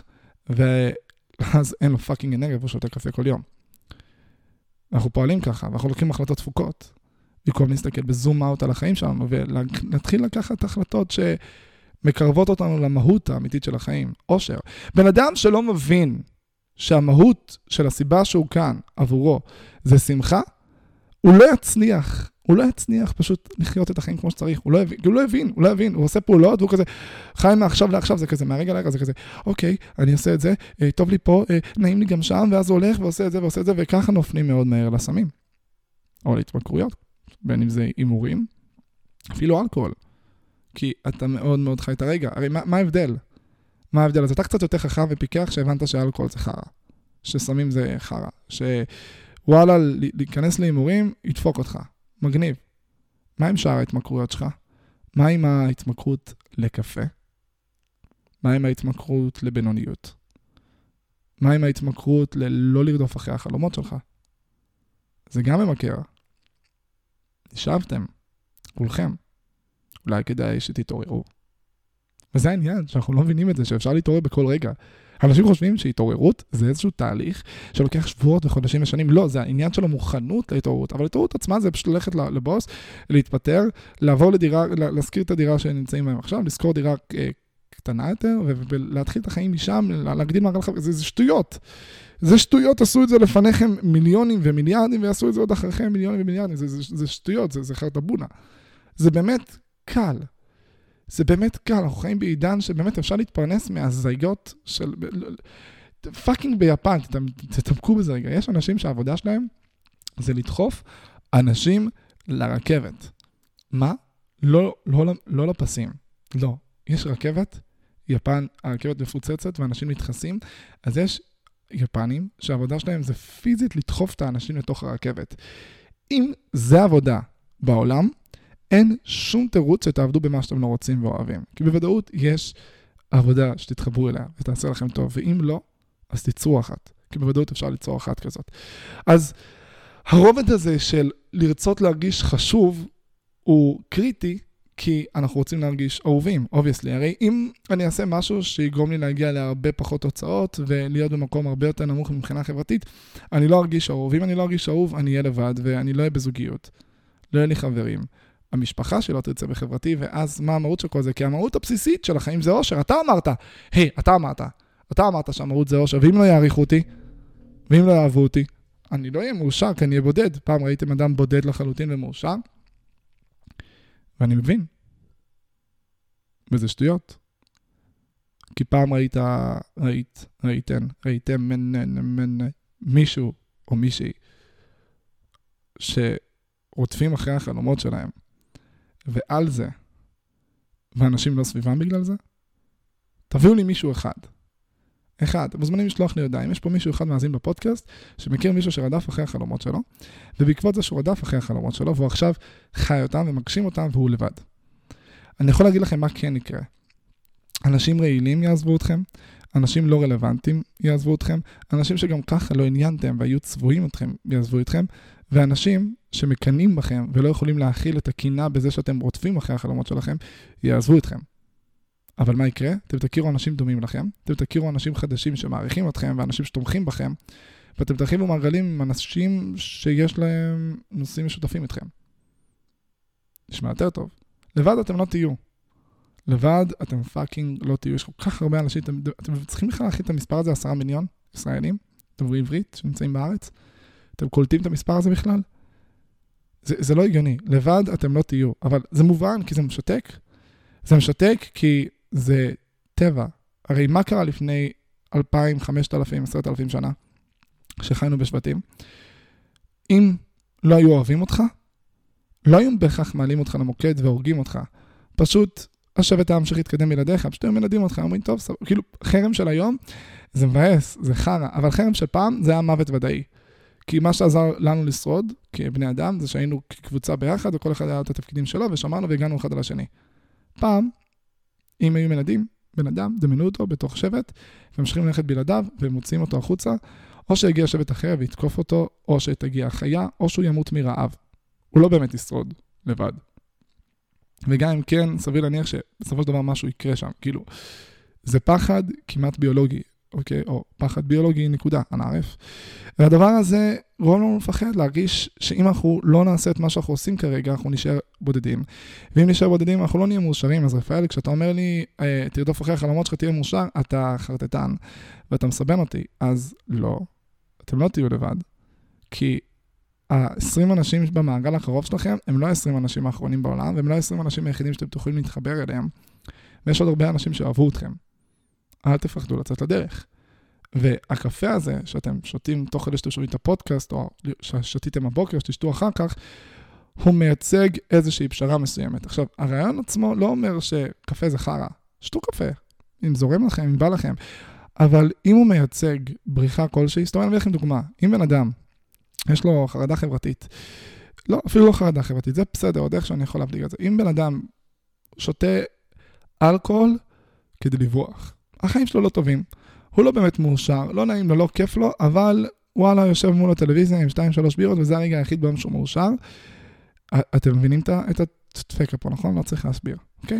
ואז אין לו פאקינג אנרגיה, והוא שותה קפה כל יום. אנחנו פועלים ככה, ואנחנו לוקחים החלטות תפוקות, במקום להסתכל בזום אאוט על החיים שלנו, ונתחיל לקחת החלטות שמקרבות אותנו למהות האמיתית של החיים. אושר. בן אדם שלא מבין שהמהות של הסיבה שהוא כאן עבורו זה שמחה, הוא לא יצליח פשוט לחיות את החיים כמו שצריך. הוא לא הבין, הוא עושה פעולות, והוא כזה, חיים מעכשיו לעכשיו, זה כזה, מהרגע לרגע, זה כזה, אוקיי, אני עושה את זה, טוב לי פה, נעים לי גם שם, ואז הוא הולך ועושה את זה, וככה נופנים מאוד מהר לסמים. או להתמכרויות, בין אם זה הימורים, אפילו אלכוהול. כי אתה מאוד מאוד חי את הרגע. הרי מה ההבדל? מה ההבדל? אז אתה קצת יותר חכם ופיקח שהבנת שאלכוהול זה חרא. שסמים זה חרא. שוואלה, להיכנס להימורים, ידפוק אותך. מגניב. מה עם שאר ההתמכרויות שלך? מה עם ההתמכרות לקפה? מה עם ההתמכרות לבינוניות? מה עם ההתמכרות ללא לרדוף אחרי החלומות שלך? זה גם ממכר. נשאבתם. כולכם. אולי כדאי שתתעוררו. וזה העניין, שאנחנו לא מבינים את זה, שאפשר להתעורר בכל רגע. אנשים חושבים שהתעוררות זה איזשהו תהליך שלוקח שבועות וחודשים ושנים. לא, זה העניין של המוכנות להתעוררות. אבל התעוררות עצמה זה פשוט ללכת לבוס, להתפטר, לעבור לדירה, להזכיר את הדירה שנמצאים בהם עכשיו, לזכור דירה קטנה יותר, ולהתחיל את החיים משם, להגדיל מעגל חיים. זה שטויות. זה שטויות, עשו את זה לפניכם מיליונים ומיליארדים, ועשו את זה עוד אחריכם מיליונים ומיליארדים. זה שטויות, זה חרטבונה. זה באמת קל. זה באמת קל, אנחנו חיים בעידן שבאמת אפשר להתפרנס מהזייגות של... פאקינג ביפן, תתמקו בזה רגע. יש אנשים שהעבודה שלהם זה לדחוף אנשים לרכבת. מה? לא לפסים. לא. יש רכבת, יפן, הרכבת מפוצצת ואנשים מתחסים, אז יש יפנים שהעבודה שלהם זה פיזית לדחוף את האנשים לתוך הרכבת. אם זה עבודה בעולם, אין שום תירוץ שתעבדו במה שאתם לא רוצים ואוהבים. כי בוודאות יש עבודה שתתחברו אליה ותעשה לכם טוב, ואם לא, אז תיצרו אחת. כי בוודאות אפשר ליצור אחת כזאת. אז הרובד הזה של לרצות להרגיש חשוב הוא קריטי, כי אנחנו רוצים להרגיש אהובים, obviously. הרי אם אני אעשה משהו שיגרום לי להגיע להרבה פחות תוצאות, ולהיות במקום הרבה יותר נמוך מבחינה חברתית, אני לא ארגיש אהוב. אם אני לא ארגיש אהוב, אני אהיה לבד, ואני לא אהיה בזוגיות. לא יהיה לי חברים. המשפחה שלא תרצה בחברתי, ואז מה המהות של כל זה? כי המהות הבסיסית של החיים זה אושר. אתה אמרת, אתה אמרת שהמהות זה אושר, ואם לא יעריכו אותי, ואם לא יאהבו אותי, אני לא אהיה מאושר, כי אני אהיה בודד. פעם ראיתם אדם בודד לחלוטין ומאושר, ואני מבין. וזה שטויות. כי פעם ראיתם מישהו או מישהי שרודפים אחרי החלומות שלהם, ועל זה, ואנשים לא סביבם בגלל זה, תביאו לי מישהו אחד. אתם מוזמנים לשלוח לי הודעה. אם יש פה מישהו אחד מאזין בפודקאסט, שמכיר מישהו שרדף אחרי החלומות שלו, ובעקבות זה שהוא רדף אחרי החלומות שלו, והוא עכשיו חי אותם ומגשים אותם, והוא לבד. אני יכול להגיד לכם מה כן יקרה. אנשים רעילים יעזבו אתכם, אנשים לא רלוונטיים יעזבו אתכם, אנשים שגם ככה לא עניינתם והיו צבועים אתכם יעזבו אתכם, ואנשים שמקנים בכם ולא יכולים להכיל את הקינה בזה שאתם רודפים אחרי החלומות שלכם, יעזבו אתכם. אבל מה יקרה? אתם תכירו אנשים דומים לכם, אתם תכירו אנשים חדשים שמעריכים אתכם, ואנשים שתומכים בכם, ואתם תרחיבו מעגלים עם אנשים שיש להם נושאים משותפים איתכם. נשמע יותר טוב. לבד אתם לא תהיו. לבד אתם פאקינג לא תהיו. יש כל כך הרבה אנשים, אתם צריכים בכלל להכיל את המספר הזה, 10 מיליון ישראלים, דוברי עברית שנמצאים בארץ. אתם קולטים את המספר הזה בכלל? זה לא הגיוני. לבד אתם לא תהיו. אבל זה מובן כי זה משתק. זה משתק כי זה טבע. הרי מה קרה לפני 2,000, 5,000, 10,000 שנה שחיינו בשבטים? אם לא היו אוהבים אותך, לא היו בהכרח מעלים אותך למוקד והורגים אותך. פשוט השבט ההמשך יתקדם בלעדיך, פשוט היו מלדים אותך, אומרים טוב, כאילו חרם של היום זה מבאס, זה חרא, אבל חרם של פעם זה היה מוות ודאי. כי מה שעזר לנו לשרוד, כבני אדם, זה שהיינו כקבוצה ביחד, וכל אחד היה את התפקידים שלו, ושמרנו והגענו אחד על השני. פעם, אם היו מלדים, בן אדם, דמיינו אותו בתוך שבט, וממשיכים ללכת בלעדיו, ומוציאים אותו החוצה, או שיגיע שבט אחר ויתקוף אותו, או שתגיע חיה, או שהוא ימות מרעב. הוא לא באמת ישרוד לבד. וגם אם כן, סביר להניח שבסופו של דבר משהו יקרה שם. כאילו, זה פחד כמעט ביולוגי, אוקיי? או פחד ביולוגי, נקודה, ענערף. והדבר הזה גורם לנו לפחד להרגיש שאם אנחנו לא נעשה את מה שאנחנו עושים כרגע, אנחנו נשאר בודדים. ואם נשאר בודדים, אנחנו לא נהיה מאושרים. אז רפאל, כשאתה אומר לי, תרדוף אחרי החלומות שלך, תהיה מאושר, אתה חרטטן, ואתה מסבן אותי. אז לא, אתם לא תהיו לבד. כי ה-20 אנשים במעגל הקרוב שלכם, הם לא 20 אנשים האחרונים בעולם, והם לא 20 אנשים היחידים שאתם תוכלו להתחבר אליהם. ויש עוד הרבה אנשים שאוהבו אתכם. אל תפחדו לצאת לדרך. והקפה הזה, שאתם שותים תוך כדי שאתם שומעים את הפודקאסט, או ששתיתם הבוקר, שתשתו אחר כך, הוא מייצג איזושהי פשרה מסוימת. עכשיו, הרעיון עצמו לא אומר שקפה זה חרה. שתו קפה, אם זורם לכם, אם בא לכם. אבל אם הוא מייצג בריחה כלשהי, זאת אומרת, אני אביא לכם דוגמה. אם בן אדם, יש לו חרדה חברתית, לא, אפילו לא חרדה חברתית, זה בסדר, עוד איך שאני יכול להבליג את זה. אם בן אדם שותה אלכוהול כדי לברוח, החיים שלו לא טובים, הוא לא באמת מאושר, לא נעים לו, לא כיף לו, אבל וואלה, יושב מול הטלוויזיה עם 2-3 בירות, וזה הרגע היחיד ביום שהוא מאושר. אתם מבינים את הדפקה פה, נכון? לא צריך להסביר, אוקיי?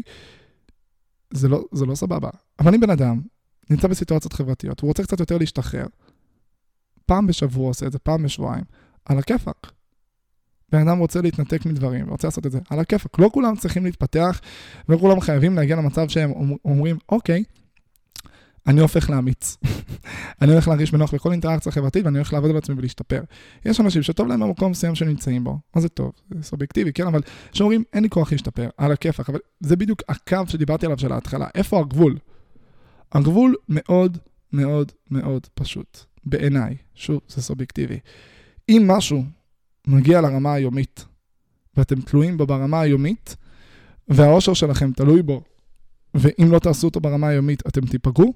זה לא סבבה. אבל אם בן אדם נמצא בסיטואציות חברתיות, הוא רוצה קצת יותר להשתחרר, פעם בשבוע עושה את זה, פעם בשבועיים, על הכיפק. בן אדם רוצה להתנתק מדברים, רוצה לעשות את זה, על הכיפק. לא כולם צריכים להתפתח, לא כולם חייבים להגיע למצב שהם אומרים, אוקיי, אני הופך להמיץ. אני הולך להרגיש בנוח בכל אינטראקציה חברתית, ואני הולך לעבוד על עצמי ולהשתפר. יש אנשים שטוב להם במקום מסוים שנמצאים בו. מה זה טוב? זה סובייקטיבי, כן? אבל שאומרים, אין לי כוח להשתפר, על הכיפק. אבל זה בדיוק הקו שדיברתי עליו של ההתחלה. איפה הגבול? הגבול מאוד מאוד מאוד פשוט. בעיניי. שוב, זה סובייקטיבי. אם משהו מגיע לרמה היומית, ואתם תלויים בו ברמה היומית, והאושר שלכם תלוי בו, ואם לא תעשו אותו ברמה היומית, אתם תיפגעו,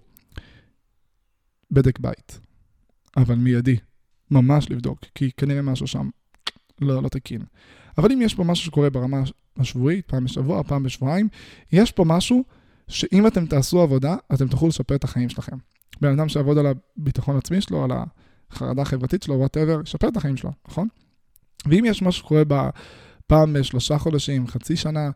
בדק בית. אבל מיידי. ממש לבדוק, כי כנראה משהו שם לא תקין. אבל אם יש פה משהו שקורה ברמה השבועית, פעם בשבוע, פעם בשבועיים, יש פה משהו שאם אתם תעשו עבודה, אתם תוכלו לשפר את החיים שלכם. בן אדם שעבוד על הביטחון עצמי שלו, על החרדה החברתית שלו, whatever, שפר את החיים שלו, נכון? ואם יש משהו שקורה פעם ב3 חודשים, חצי שנה,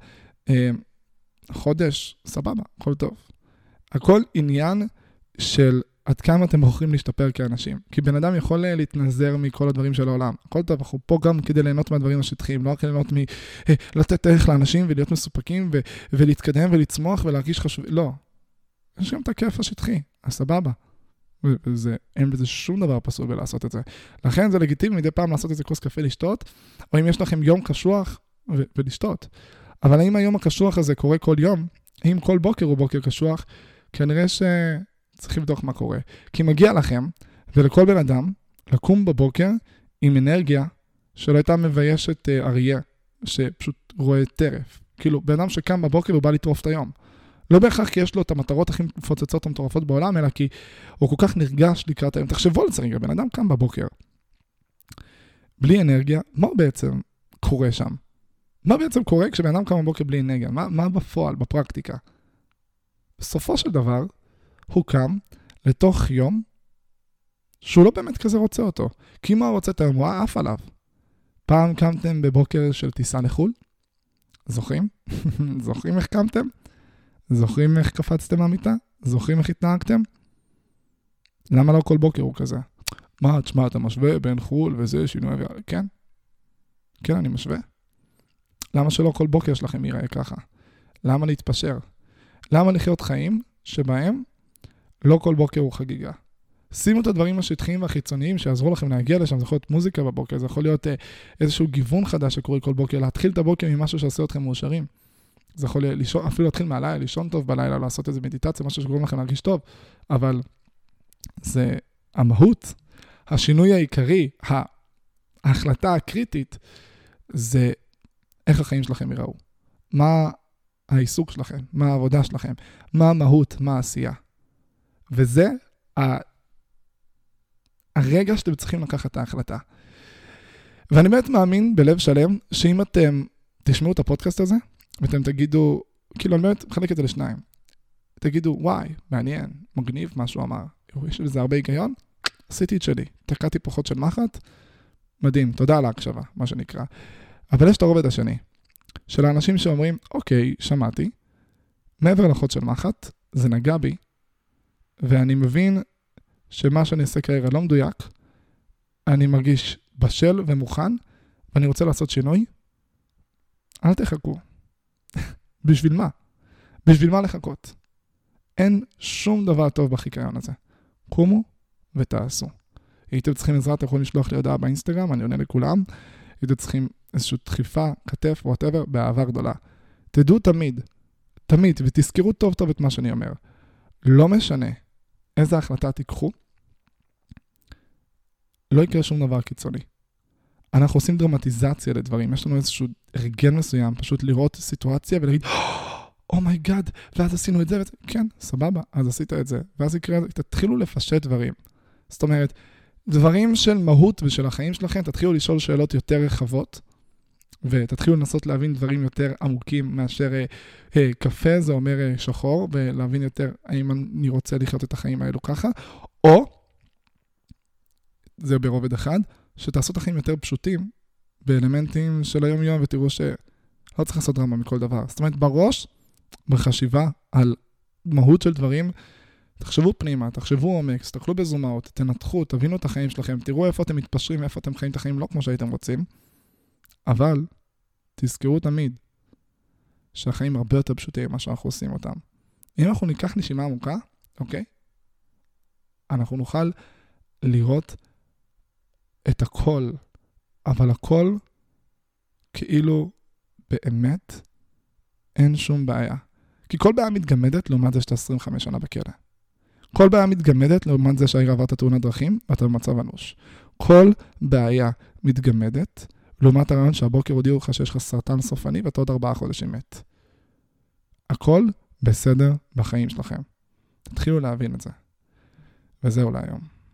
חודש, סבבה, הכל טוב. הכל עניין של עד כמה אתם בוחרים להשתפר כאנשים. כי בן אדם יכול להתנזר מכל הדברים של העולם. הכל טוב, אנחנו פה גם כדי ליהנות מהדברים השטחיים, לא רק ליהנות לתת ערך לאנשים ולהיות מסופקים ולהתקדם ולצמוח ולהרגיש חשוב. לא. יש גם את הכיף השטחי, הסבבה. אין בזה שום דבר פסול בלעשות את זה. לכן זה לגיטימי מדי פעם לעשות איזה כוס קפה לשתות, או אם יש לכם יום קשוח ולשתות. אבל האם היום הקשוח הזה קורה כל יום? האם כל בוקר הוא בוקר קשוח? כנראה שצריך לבדוק מה קורה. כי מגיע לכם, ולכל בן אדם, לקום בבוקר עם אנרגיה שלא הייתה מביישת אריה, שפשוט רואה טרף. כאילו, בן אדם שקם בבוקר הוא בא לטרוף את היום. לא בהכרח כי יש לו את המטרות הכי מפוצצות המטורפות בעולם, אלא כי הוא כל כך נרגש לקראת היום. תחשבו על זה רגע, בן אדם קם בבוקר. בלי אנרגיה, מה בעצם קורה שם? מה בעצם קורה כשבן אדם קם בבוקר בלי אנרגיה? מה בפועל, בפרקטיקה? בסופו של דבר, הוא קם לתוך יום שהוא לא באמת כזה רוצה אותו. כי מה הוא רוצה את היום? הוא עף עליו. פעם קמתם בבוקר של טיסה לחול? זוכרים? זוכרים איך קמתם? זוכרים איך קפצתם מהמיטה? זוכרים איך התנהגתם? למה לא כל בוקר הוא כזה? תשמע, אתה משווה בין חול וזה שינוי אוויר. כן? כן, אני משווה. למה שלא כל בוקר שלכם ייראה ככה? למה להתפשר? למה לחיות חיים שבהם לא כל בוקר הוא חגיגה? שימו את הדברים השטחיים והחיצוניים שיעזרו לכם להגיע לשם. זה יכול להיות מוזיקה בבוקר, זה יכול להיות איזשהו גיוון חדש שקורה כל בוקר, להתחיל את הבוקר ממשהו שעושה אתכם מאושרים. זה יכול לישון, אפילו להתחיל מהלילה, לישון טוב בלילה, לעשות איזו מדיטציה, משהו שגורם לכם להרגיש טוב. אבל זה המהות, השינוי העיקרי, ההחלטה הקריטית, זה איך החיים שלכם ייראו. מה העיסוק שלכם, מה העבודה שלכם, מה המהות, מה העשייה. וזה הרגע שאתם צריכים לקחת את ההחלטה. ואני באמת מאמין בלב שלם, שאם אתם תשמעו את הפודקאסט הזה, ואתם תגידו, כאילו אני באמת מחלק את זה לשניים. תגידו, וואי, מעניין, מגניב מה שהוא אמר. יש לזה הרבה היגיון? עשיתי את שלי. תקעתי פחות של מחט, מדהים, תודה על ההקשבה, מה שנקרא. אבל יש את הרובד השני, של האנשים שאומרים, אוקיי, שמעתי, מעבר לחוד של מחט, זה נגע בי, ואני מבין שמה שאני אעשה כרגע לא מדויק, אני מרגיש בשל ומוכן, ואני רוצה לעשות שינוי, אל תחכו. בשביל מה? בשביל מה לחכות? אין שום דבר טוב בחיקיון הזה. קומו ותעשו. הייתם צריכים עזרה, אתם יכולים לשלוח לי הודעה באינסטגרם, אני עונה לכולם. הייתם צריכים איזושהי דחיפה, כתף, whatever, באהבה גדולה. תדעו תמיד, ותזכרו טוב טוב את מה שאני אומר. לא משנה איזה החלטה תיקחו, לא יקרה שום דבר קיצוני. אנחנו עושים דרמטיזציה לדברים, יש לנו איזשהו הרגל מסוים, פשוט לראות סיטואציה ולהגיד, אומייגאד, ואז עשינו את זה, כן, סבבה, אז עשית את זה, ואז יקרה, תתחילו לפשט דברים. זאת אומרת, דברים של מהות ושל החיים שלכם, תתחילו לשאול שאלות יותר רחבות, ותתחילו לנסות להבין דברים יותר עמוקים מאשר קפה, זה אומר שחור, ולהבין יותר האם אני רוצה לחיות את החיים האלו ככה, או, זה ברובד אחד, שתעשו את החיים יותר פשוטים, באלמנטים של היום יום, ותראו שלא צריך לעשות דרמה מכל דבר. זאת אומרת, בראש, בחשיבה על מהות של דברים, תחשבו פנימה, תחשבו עומק, תסתכלו בזומאות, תנתחו, תבינו את החיים שלכם, תראו איפה אתם מתפשרים, איפה אתם חיים את החיים לא כמו שהייתם רוצים, אבל תזכרו תמיד שהחיים הרבה יותר פשוטים ממה שאנחנו עושים אותם. אם אנחנו ניקח נשימה עמוקה, אוקיי? אנחנו נוכל לראות את הכל, אבל הכל כאילו באמת אין שום בעיה. כי כל בעיה מתגמדת לעומת זה שאתה 25 שנה בכלא. כל בעיה מתגמדת לעומת זה שהעיר עברת תאונת דרכים ואתה במצב אנוש. כל בעיה מתגמדת לעומת הרעיון שהבוקר הודיעו לך שיש לך סרטן סופני ואתה עוד 4 חודשים מת. הכל בסדר בחיים שלכם. תתחילו להבין את זה. וזהו להיום.